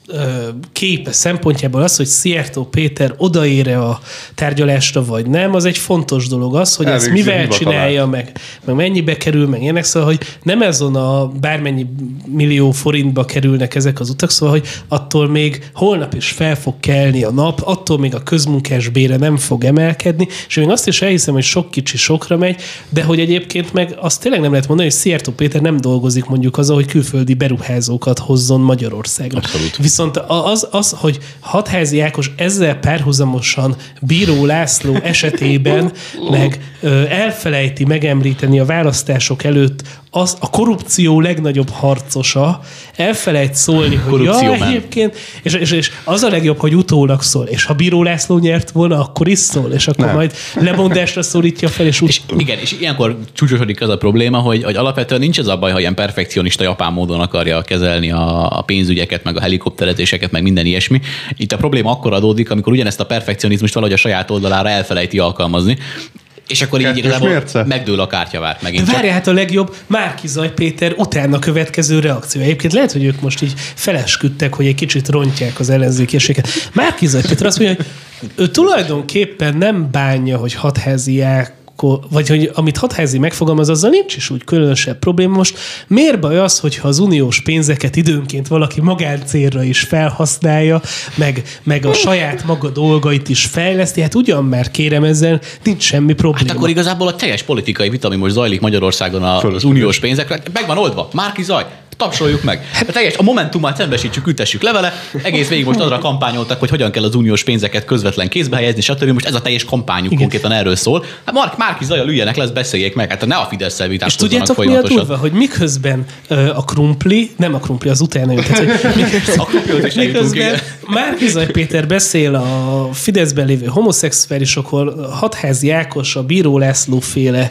Speaker 1: képe szempontjából az, hogy Szijjártó Péter odaér-e a tárgyalásra, vagy nem, az egy fontos dolog az, hogy ezt mivel csinálja, meg, meg mennyibe kerül, meg ilyenek, szóval, hogy nem ezen a bármennyi millió forintba kerülnek ezek az utak, szóval, hogy attól még holnap is fel fog kelni a nap, attól még a közmunkás bére nem fog emelkedni, és még azt is elhiszem, hogy sok kicsi sokra megy, de hogy egyébként meg azt tényleg nem lehet mondani, hogy Szijjártó Péter nem dolgozik mondjuk azzal, hogy külföldi beruházókat hozzon Magyarországra. Abszolút. Viszont az, az, hogy Hatházi Ákos ezzel párhuzamosan Bíró László esetében meg ö, elfelejti megemlíteni a választások előtt az a korrupció legnagyobb harcosa, elfelejt szólni, hogy ja, egyébként, és, és, és az a legjobb, hogy utólag szól, és ha Bíró László nyert volna, akkor is szól, és akkor nem. majd lemondásra szólítja fel, és,
Speaker 2: és igen, és ilyenkor csúcsosodik az a probléma, hogy, hogy alapvetően nincs az a baj, ha ilyen perfekcionista japán módon akarja kezelni a, a pénzügyeket, meg a helikopterezéseket, meg minden ilyesmi. Itt a probléma akkor adódik, amikor ugyanezt a perfekcionizmust valahogy a saját oldalára elfelejti alkalmazni, és akkor így igazából megdől a kártyavár megint.
Speaker 1: De várjál, hát a legjobb Márki-Zay Péter utána következő reakció. Egyébként lehet, hogy ők most így felesküdtek, hogy egy kicsit rontják az ellenzékiességet. Márki-Zay Péter azt mondja, hogy ő tulajdonképpen nem bánja, hogy Hatházi vagy hogy amit Hatházi megfogalmaz, azzal nincs is úgy különösebb probléma. Most miért baj az, hogyha az uniós pénzeket időnként valaki magáncélra is felhasználja, meg, meg a saját maga dolgait is fejleszti? Hát ugyan már kérem, ezzel nincs semmi probléma.
Speaker 2: Hát akkor igazából a teljes politikai vita, ami most zajlik Magyarországon az uniós pénzekre, meg van oldva. Márki-Zay, tapsoljuk meg. Hát teljes, a Momentummal szembesítsük, ütessük levele, egész végig most arra kampányoltak, hogy hogyan kell az uniós pénzeket közvetlen kézbe helyezni, stb. Most ez a teljes kampányuk igen. konkrétan erről szól. Hát Mark, Márki-Zayjal üljenek lesz, beszéljék meg, hát ne a Fidesz-szel vitázkozzanak folyamatosan.
Speaker 1: És tudjátok mi a durva, hogy miközben uh, a krumpli, nem a krumpli, az utána jön, tehát, hogy miközben, a krumpli miközben Márki-Zay Péter beszél a Fideszben lévő homoszexuálisokról, Hatházi Ákos, a Bíró László féle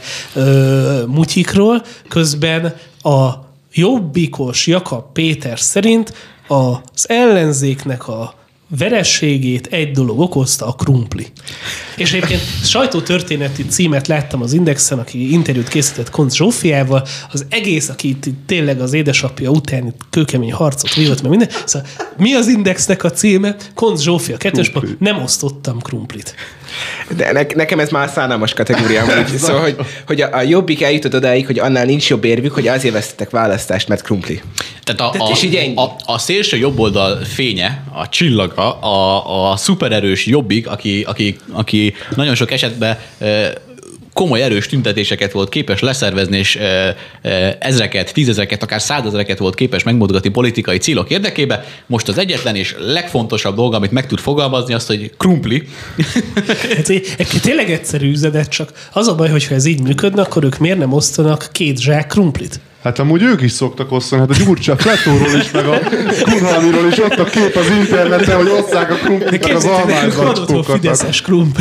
Speaker 1: uh, mutyikról, közben a jobbikos Jakab Péter szerint az ellenzéknek a verességét egy dolog okozta, a krumpli. És egyébként sajtótörténeti címet láttam az Indexen, aki interjút készített Koncz Zsófiával, az egész, aki itt tényleg az édesapja után kőkemény harcot vívott, meg minden. Szóval mi az Indexnek a címe? Koncz Zsófia, kettős pont, nem osztottam krumplit.
Speaker 4: De ne, nekem ez már szánalmas kategóriám. Szóval, hogy, hogy a, a Jobbik eljutott odáig, hogy annál nincs jobb érvük, hogy azért vesztettek választást, mert krumpli.
Speaker 2: Tehát a, a, a, a, a szélső jobboldal fénye, a csillaga, a, a szupererős Jobbik, aki, aki, aki nagyon sok esetben e, komoly erős tüntetéseket volt képes leszervezni, és e, e, ezreket, tízezreket, akár százezreket volt képes megmozgatni politikai célok érdekében. Most az egyetlen és legfontosabb dolga, amit meg tud fogalmazni, azt, hogy krumpli.
Speaker 1: Hát, tényleg egyszerű üzenet, csak az a baj, hogyha ez így működne, akkor ők miért nem osztanak két zsák krumplit?
Speaker 3: Hát amúgy ők is szoktak osztani, hát a Gyurcsány Fletóról is, meg a Kunhalmiról is ott a kép az interneten, hogy osszák a krumplit, meg az almányzacskókat.
Speaker 1: Fideszes krumpli.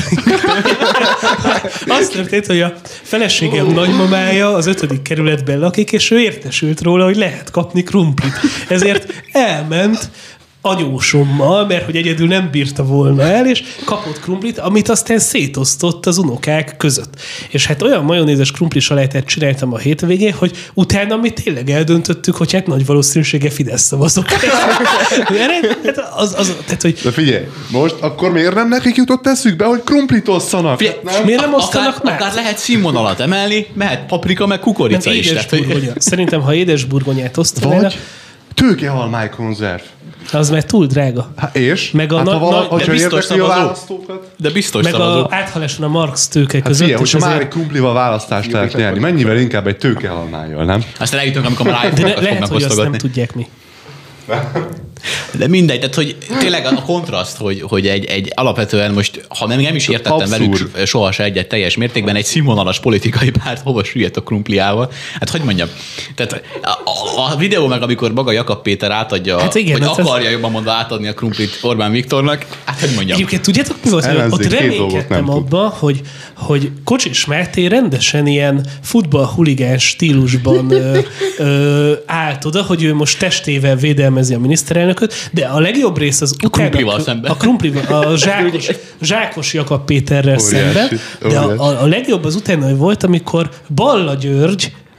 Speaker 1: Az történt, hogy a feleségem nagymamája az ötödik kerületben lakik, és ő értesült róla, hogy lehet kapni krumplit. Ezért elment anyósommal, mert hogy egyedül nem bírta volna el, és kapott krumplit, amit aztán szétosztott az unokák között. És hát olyan majonézes krumpli salájtát csináltam a hétvégén, hogy utána mi tényleg eldöntöttük, hogy hát nagy valószínűsége Fidesz szavazok. az, az, tehát, hogy...
Speaker 3: De figyelj, most akkor miért nem nekik jutott eszükbe, hogy krumplit osszanak?
Speaker 1: Figyelj, nem? Miért nem osztanak
Speaker 2: akár, akár lehet színvonalat emelni, mehet paprika, meg kukorica
Speaker 1: nem,
Speaker 2: is.
Speaker 1: Édes burgonya. Szerintem, ha édes burgonyát osztanának...
Speaker 3: Vagy tőkehalmály konzerv.
Speaker 1: Az már túl drága.
Speaker 3: Hát és?
Speaker 1: Meg a
Speaker 3: hát,
Speaker 1: na,
Speaker 3: ha vala,
Speaker 1: na,
Speaker 3: de biztos szavazó.
Speaker 2: De biztos
Speaker 1: meg
Speaker 2: szavazó.
Speaker 1: Meg áthaláson a Marx tőke
Speaker 3: hát
Speaker 1: között.
Speaker 3: Hát hogyha már egy krumplival választást lehet nyerni, mennyivel inkább egy tőkehalmájjal, nem?
Speaker 2: Aztán eljutunk, amikor már
Speaker 1: iPhone-okat fognak lehet, hogy azt nem tudják mi.
Speaker 2: De mindegy, tehát hogy tényleg a kontraszt, hogy, hogy egy, egy alapvetően most, ha nem, nem is értettem abszurd. Velük sohasem egyet teljes mértékben, egy színvonalas politikai párt hova süllyedt a krumpliával. Hát hogy mondjam, tehát a, a videó meg, amikor maga Jakab Péter átadja, hát igen, hogy akarja ez... jobban mondva átadni a krumplit Orbán Viktornak, hát hogy mondjam.
Speaker 1: Egyébként tudjátok mi volt, hogy ott reménykedtem abban, hogy, hogy Kocsis Máté rendesen ilyen futball-huligán stílusban ö, ö, állt oda, hogy ő most testével védelmezi a miniszterelnököt, de a legjobb rész az
Speaker 2: a krumplival szemben.
Speaker 1: A krumplival, a zsákos, zsákos Jakab Péterrel
Speaker 3: óriási,
Speaker 1: szemben, de a, a, a legjobb az utána volt, amikor Balla György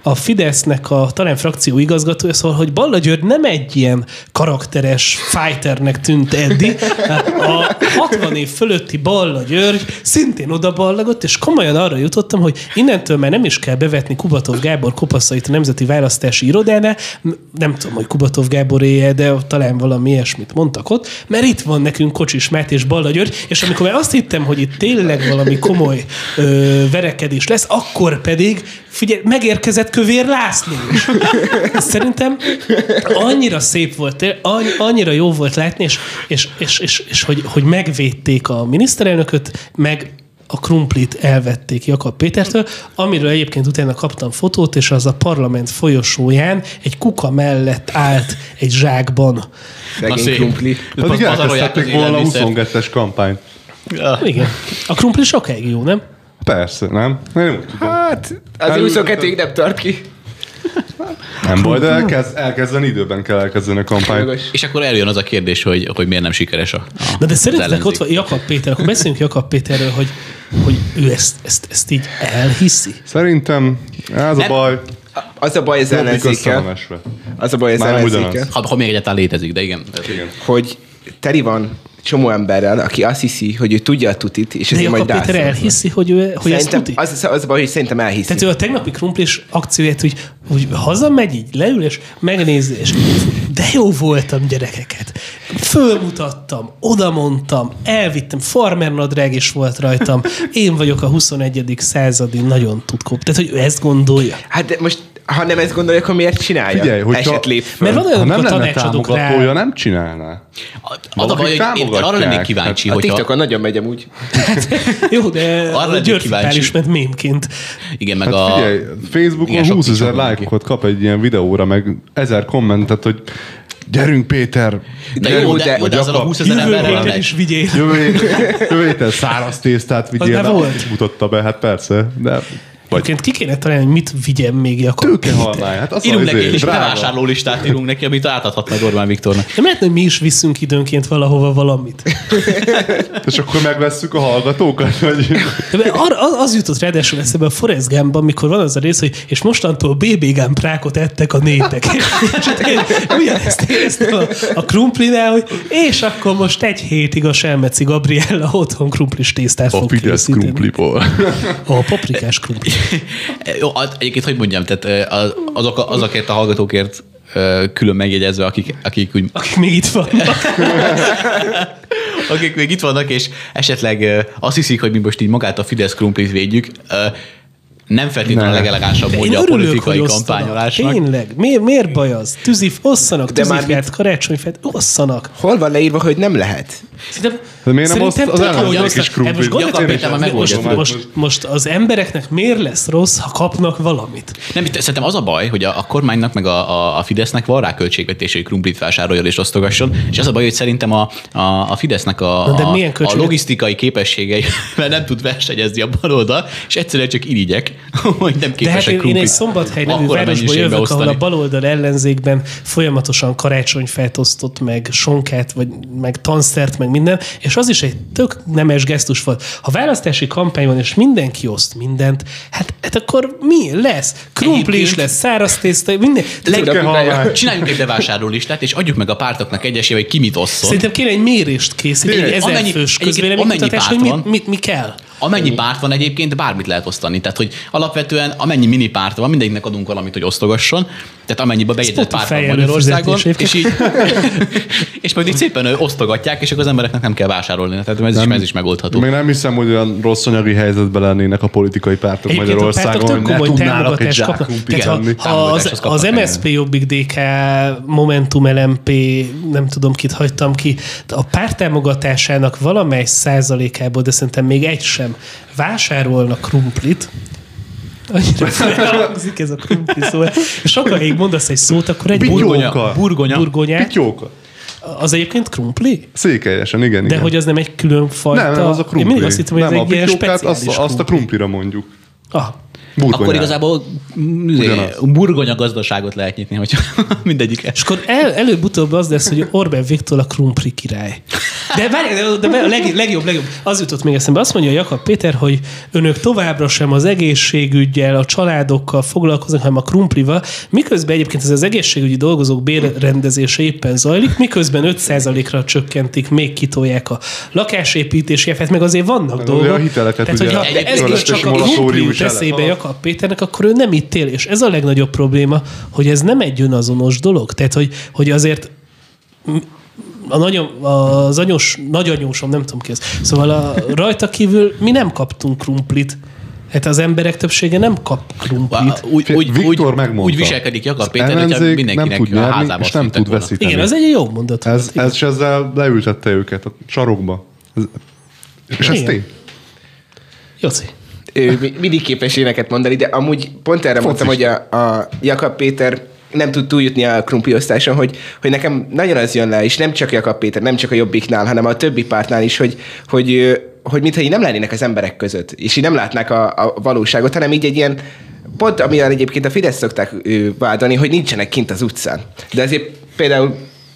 Speaker 1: a Fidesznek a talán frakció igazgatója, szóval, hogy Balla György nem egy ilyen karakteres fighternek tűnt eddig. A hatvan év fölötti Balla György szintén odaballagott, és komolyan arra jutottam, hogy innentől már nem is kell bevetni Kubatov Gábor kopaszait a Nemzeti Választási Irodánál, nem tudom, hogy Kubatov Gábor éje, de talán valami ilyesmit mondtak ott, mert itt van nekünk Kocsis Máté és Balla György, és amikor már azt hittem, hogy itt tényleg valami komoly ö, verekedés lesz, akkor pedig, figyelj, megérkezett Kövér László is. Szerintem annyira szép volt, annyira jó volt látni, és, és, és, és, és hogy, hogy megvédték a miniszterelnököt, meg a krumplit elvették Jakab Pétertől, amiről egyébként utána kaptam fotót, és az a parlament folyosóján egy kuka mellett állt egy zsákban.
Speaker 4: Szegény krumpli.
Speaker 3: Pedig elkezdték volna a huszonkettes kampányt.
Speaker 2: Ja.
Speaker 1: Igen. A krumpli sokáig jó, nem?
Speaker 3: Persze, nem? Én úgy tudom.
Speaker 4: Hát, az huszonkettőig nem tart ki.
Speaker 3: Nem baj, de elkezd, elkezdeni időben kell elkezdeni a kampányt.
Speaker 2: És akkor eljön az a kérdés, hogy, hogy miért nem sikeres a, a
Speaker 1: Na de szerintetek
Speaker 2: ellenzék.
Speaker 1: ott van Jakab Péter, akkor beszéljünk Jakab Péterről, hogy, hogy ő ezt, ezt, ezt így elhiszi.
Speaker 3: Szerintem ez
Speaker 2: Nem.
Speaker 3: a baj.
Speaker 4: Az a baj az
Speaker 3: Jobbik
Speaker 4: ellenzékkel.
Speaker 3: összehamesve.
Speaker 4: Az a baj az
Speaker 3: Már nem
Speaker 4: ellenzékkel,
Speaker 3: ugyanaz.
Speaker 2: Ha, ha még egyáltalán létezik, de igen.
Speaker 3: Igen.
Speaker 4: hogy teli van csomó emberrel, aki azt hiszi, hogy ő tudja a tutit, és
Speaker 1: De
Speaker 4: ezért majd
Speaker 1: Jakab Péter
Speaker 4: rászavaznak.
Speaker 1: elhiszi, hogy, ő, hogy ezt
Speaker 4: Szerintem,
Speaker 1: tuti.
Speaker 4: az, az a baj, hogy szerintem elhiszi.
Speaker 1: Tehát ő a tegnapi krumplis akcióját úgy, úgy hazamegy, így leül, és megnézi, és de jó voltam gyerekeket. Fölmutattam, odamondtam, elvittem, farmernadrág is volt rajtam. Én vagyok a huszonegyedik századi nagyon tudkó. Tehát, hogy ő ezt gondolja.
Speaker 4: Hát de most, ha nem ezt gondolja, akkor miért csinálja?
Speaker 3: Figyelj, hogyha-
Speaker 4: Eset lép föl.
Speaker 1: Mert van olyan,
Speaker 3: Ha nem
Speaker 1: amikor
Speaker 3: lenne
Speaker 1: tanácsadok rá.
Speaker 3: támogatója, nem csinálná.
Speaker 2: Az a baj, hogy én
Speaker 3: támogatják.
Speaker 2: arra lennék kíváncsi,
Speaker 4: A
Speaker 2: hogyha...
Speaker 4: TikTokon nagyon megy amúgy.
Speaker 1: Jó, de
Speaker 2: Arra
Speaker 1: a
Speaker 2: lennék
Speaker 1: Györfi Pál
Speaker 2: kíváncsi.
Speaker 1: is ment mémként.
Speaker 2: Igen, meg
Speaker 3: Hát
Speaker 2: a...
Speaker 3: figyelj, Facebookon
Speaker 2: igen, sok
Speaker 3: húszezer
Speaker 2: TikTokon
Speaker 3: lájkokat kap egy ilyen videóra, meg ezer kommentet, hogy gyerünk Péter,
Speaker 2: De
Speaker 3: gyerünk,
Speaker 2: jó, de, jó, de azzal a húszezer
Speaker 1: Jövő
Speaker 2: emberrel
Speaker 1: héten
Speaker 2: megy.
Speaker 1: is vigyél.
Speaker 3: Jövő hét- jövő héten száraz tésztát vigyél,
Speaker 1: már
Speaker 3: de
Speaker 1: volt.
Speaker 3: azt is mutatta be, hát persze, de vagy
Speaker 1: Egyébként ki kéne találni, hogy mit vigyen még Jakab
Speaker 3: tőkehalmány, hát az
Speaker 2: Írunk
Speaker 3: az
Speaker 2: neki egy
Speaker 3: izé,
Speaker 2: kis
Speaker 3: drága.
Speaker 2: bevásárlólistát, írunk neki, amit átadhatnak Orbán Viktornak.
Speaker 1: De lehetne, hogy mi is viszünk időnként valahova valamit.
Speaker 3: És akkor megvesszük a hallgatókat, vagy...
Speaker 1: De arra, az, az jutott ráadásul eszembe a Forrest Gumpban, mikor van az a rész, hogy és mostantól bé bé Gump prákot ettek a népek. És én ugyanezt éreztem a, a krumplinál, hogy és akkor most egy hétig a Selmeci Gabriella otthon krumplis tésztát
Speaker 3: A
Speaker 1: fog
Speaker 3: Fidesz
Speaker 1: készíteni.
Speaker 3: krumpliból.
Speaker 1: A paprikás krumpli.
Speaker 2: Jó, az- egyébként, hogy mondjam, tehát az- azok, azokért a hallgatókért ö, külön megjegyezve, akik, akik úgy
Speaker 1: Akik még itt vannak.
Speaker 2: akik még itt vannak, és esetleg ö, azt hiszik, hogy mi most így magát a Fidesz krumplit védjük, ö, nem feltétlenül a
Speaker 3: Ne.
Speaker 2: legelegánsabb
Speaker 1: De én
Speaker 2: módja a
Speaker 1: örülök,
Speaker 2: politikai
Speaker 1: hogy osztanak.
Speaker 2: kampányolásnak.
Speaker 1: Tényleg. Miért, miért baj az? Tűzif, osszanak,
Speaker 4: De már
Speaker 1: tűzifját, karácsonyfát, osszanak.
Speaker 4: Hol van leírva, hogy nem lehet?
Speaker 1: Szerintem,
Speaker 3: De miért nem
Speaker 1: szerintem
Speaker 3: azt- az
Speaker 1: tök jó, hogy
Speaker 3: ellenzék is
Speaker 1: osztanak.
Speaker 3: krumplit?
Speaker 1: Most gondolj-
Speaker 2: Jakab Péter már
Speaker 1: most,
Speaker 2: megoldja.
Speaker 1: most, most az embereknek miért lesz rossz, ha kapnak valamit?
Speaker 2: Nem, itt szerintem az a baj, hogy a, a kormánynak meg a, a, a Fidesznek van rá költségvetése, hogy krumplit vásároljon és osztogasson, és az a baj, hogy szerintem a, a, a Fidesznek a,
Speaker 1: Na de
Speaker 2: a,
Speaker 1: milyen
Speaker 2: a
Speaker 1: költséget-
Speaker 2: logisztikai képességei, mert nem tud versenyezni a baloldal, és egyszerűen csak irigyek, hogy nem
Speaker 1: De hát
Speaker 2: képesek
Speaker 1: én, én
Speaker 2: krumplit
Speaker 1: egy Szombathely nevű
Speaker 2: akkora
Speaker 1: városból
Speaker 2: mennyiségbe
Speaker 1: jövök, ahol a
Speaker 2: osztani.
Speaker 1: baloldal ellenzékben folyamatosan karácsonyfát osztott, meg sonkát, vagy meg tanszert, meg minden, és az is egy tök nemes gesztus volt. Ha választási kampány van, és mindenki oszt mindent, hát, hát akkor mi lesz? Krumpli is
Speaker 2: Egyébként-
Speaker 1: lesz, száraz tészta, minden.
Speaker 3: Tőkehalmány.
Speaker 2: Csináljunk egy bevásárlólistát, és adjuk meg a pártoknak egyesével, hogy ki mit osszon.
Speaker 1: Szerintem kéne egy mérést készíteni, egy
Speaker 2: Tényleg,
Speaker 1: ezer
Speaker 2: amennyi-
Speaker 1: fős
Speaker 2: egyébként
Speaker 1: közvéleménykutatás, hogy
Speaker 2: amennyi
Speaker 1: mit,
Speaker 2: párt
Speaker 1: mit, mi kell.
Speaker 2: Amennyi párt van egyébként, bármit lehet osztani. Tehát, hogy alapvetően amennyi mini párt van, mindegyiknek adunk valamit, hogy osztogasson. Tehát amennyibe bejegyzett párt van
Speaker 1: Spotify
Speaker 2: Magyarországon,
Speaker 1: előfizetés
Speaker 2: és így, és majd így szépen ö, osztogatják, és akkor az embereknek nem kell vásárolni. Tehát ez, is, ez is megoldható.
Speaker 3: Még nem hiszem, hogy olyan rossz anyagi helyzetben lennének a politikai pártok
Speaker 1: Egyébként a
Speaker 3: Magyarországon,
Speaker 1: pártok tök
Speaker 3: hogy ne
Speaker 1: komoly
Speaker 3: tudnának egy
Speaker 1: támogatást
Speaker 3: zsák
Speaker 1: kapnak.
Speaker 3: krumplit
Speaker 1: Tehát
Speaker 3: venni.
Speaker 1: ha, ha az,
Speaker 2: Támogatást kapnak
Speaker 1: az em es zé pé, Jobbik, dé ká, Momentum, el em pé, nem tudom kit hagytam ki, a párt támogatásának valamely százalékából, de szerintem még egy sem vásárolnak krumplit, annyira felhangzik ez a krumpli szó. És sokáig mondasz egy szót, akkor egy
Speaker 3: Pityóka.
Speaker 1: burgonya,
Speaker 2: Burgonya.
Speaker 1: burgonyát,
Speaker 3: Pityóka.
Speaker 1: az egyébként krumpli?
Speaker 3: Székelyesen, igen,
Speaker 1: De
Speaker 3: igen.
Speaker 1: hogy az nem egy külön fajta?
Speaker 3: nem, nem, az a krumpli.
Speaker 1: Én mindig azt hittem, hogy
Speaker 3: nem,
Speaker 1: ez
Speaker 3: a
Speaker 1: egy ilyen
Speaker 3: pityókát
Speaker 1: speciális
Speaker 3: azt, azt a
Speaker 1: krumpli.
Speaker 3: krumplira mondjuk.
Speaker 1: Ah,
Speaker 2: Akkor igazából burgonya gazdaságot lehet nyitni, hogy mindegyik.
Speaker 1: És akkor el, előbb-utóbb az lesz, hogy Orbán Viktor a krumpli király. De várj, de, de a leg, legjobb, legjobb. Az jutott még eszembe. Azt mondja Jakab Péter, hogy önök továbbra sem az egészségüggyel, a családokkal foglalkoznak, hanem a krumplival. Miközben egyébként ez az egészségügyi dolgozók bérrendezése éppen zajlik, miközben öt százalékra csökkentik, még kitolják a lakásépítési effet, meg azért vannak dolgok.
Speaker 3: A hiteleket
Speaker 1: tehát, hogyha ez csak a krumpli eszébe Jakab Péternek, akkor ő nem itt él. És ez a legnagyobb probléma, hogy ez nem egy önazonos dolog. Tehát, hogy, hogy azért a nagyon, az anyós, nagyanyósom, nem tudom ki ez. Szóval a, rajta kívül mi nem kaptunk krumplit. Hát az emberek többsége nem kap krumplit.
Speaker 2: Úgy, úgy, úgy, úgy viselkedik Jakab Péter, hogy mindenkinek a házába
Speaker 3: és nem tud veszíteni.
Speaker 1: Igen, ez egy jó mondat.
Speaker 3: Ez, ez és ezzel leültette őket a sarokba. Ez, és ez tény.
Speaker 1: Jóci.
Speaker 4: Ő mindig képes éneket mondani, de amúgy pont erre Focis. mondtam, hogy a, a Jakab Péter nem tud túljutni a krumpliosztáson, hogy, hogy nekem nagyon az jön le, és nem csak Jakab Péter, nem csak a Jobbiknál, hanem a többi pártnál is, hogy, hogy, hogy mintha így nem lennének az emberek között, és így nem látnák a, a valóságot, hanem így egy ilyen, pont amilyen egyébként a Fidesz szokták vádolni, hogy nincsenek kint az utcán. De azért például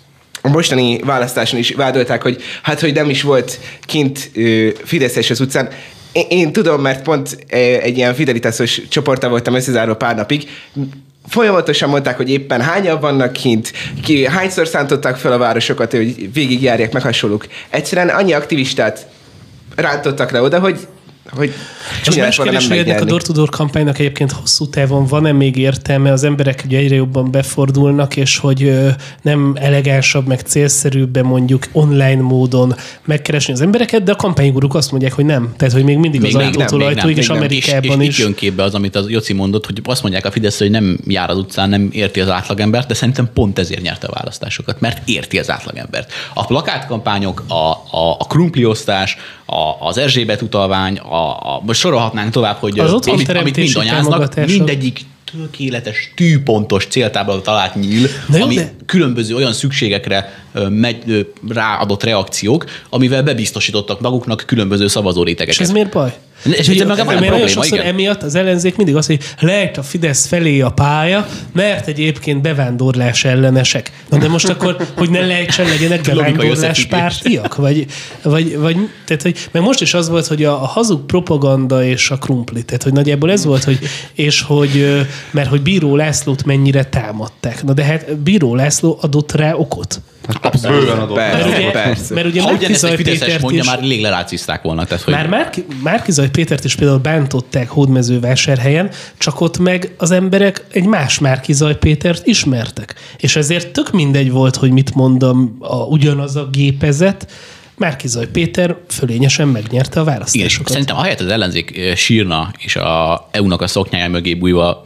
Speaker 4: a mostani választáson is vádolták, hogy hát, hogy nem is volt kint Fideszes az utcán. Én, én tudom, mert pont egy ilyen fidelitásos csoporttal voltam összezárva pár napig, folyamatosan mondták, hogy éppen hányan vannak kint, ki, hányszor szántották fel a városokat, hogy végigjárják meg hasonlók. Egyszerűen annyi aktivistát rántottak le oda, hogy hogy
Speaker 1: és más kérdés, hogy ennek a door-to-door kampánynak egyébként hosszú távon van-e még értelme, az emberek ugye egyre jobban befordulnak, és hogy nem elegánsabb, meg célszerűbben mondjuk online módon megkeresni az embereket, de a kampányguruk azt mondják, hogy nem. Tehát, hogy még mindig még az ajtótól ajtóig, és Amerikában
Speaker 2: és, és
Speaker 1: is.
Speaker 2: És itt jön képbe az, amit az Joci mondott, hogy azt mondják a Fidesz, hogy nem jár az utcán, nem érti az átlagembert, de szerintem pont ezért nyerte a választásokat, mert érti az átlagembert. A plakátkampányok, a, a, a krumpliosztás, a, az Erzsébet utalvány, a A, most sorolhatnánk tovább, hogy amit, amit mind anyáznak, mindegyik tökéletes, tűpontos céltáblára talált nyíl, jó, ami de... különböző olyan szükségekre megy, ráadott reakciók, amivel bebiztosítottak maguknak különböző szavazórétegeket.
Speaker 1: És ez miért baj?
Speaker 2: És ez meg van egy probléma, igen.
Speaker 1: Emiatt az ellenzék mindig azt, hogy lehet a Fidesz felé a pálya, mert egyébként bevándorlás ellenesek. Na de most akkor, hogy ne lehetsen legyenek bevándorlás pártiak? Vagy, vagy, vagy, tehát, hogy, meg most is az volt, hogy a, a hazug propaganda és a krumpli. Tehát, hogy nagyjából ez volt, hogy, és hogy, mert hogy Bíró Lászlót mennyire támadták. Na de hát Bíró László adott rá okot.
Speaker 3: Abszolút.
Speaker 1: Mert ugye,
Speaker 2: persze.
Speaker 1: Mert ugye
Speaker 2: ha ugyanezt egy
Speaker 1: Fideszes
Speaker 2: Fideszes mondja, már rég lerácizták volna. Tehát, hogy...
Speaker 1: Már Márki, Márki-Zay Pétert is például bántották Hódmezővásárhelyen, csak ott meg az emberek egy más Márki-Zay Pétert ismertek. És ezért tök mindegy volt, hogy mit mondom, a, ugyanaz a gépezet, Márki-Zay Péter fölényesen megnyerte a választásokat.
Speaker 2: Igen, szerintem ahelyett az ellenzék sírna, és a é u-nak a szoknyája mögé bújva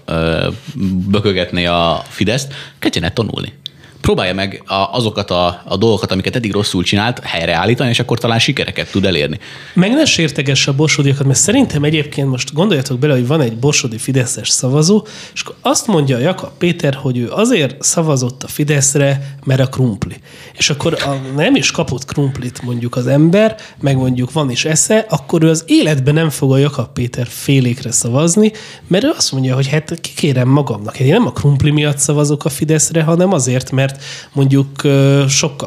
Speaker 2: bökögetné a Fideszt, kezdjenek tanulni. Próbálja meg a, azokat a, a dolgokat, amiket eddig rosszul csinált, helyreállítani, és akkor talán sikereket tud elérni.
Speaker 1: Meg ne sértegesse a borsodiakat, mert szerintem egyébként most gondoljatok bele, hogy van egy borsodi fideszes szavazó, és akkor azt mondja Jakab Péter, hogy ő azért szavazott a Fideszre, mert a krumpli. És akkor a, nem is kapott krumplit mondjuk az ember, meg mondjuk van is esze, akkor ő az életben nem fog a Jakab Péter félékre szavazni, mert ő azt mondja, hogy hát kikérem magamnak. Én nem a krumpli miatt szavazok a Fideszre, hanem azért, mert mondjuk sokkal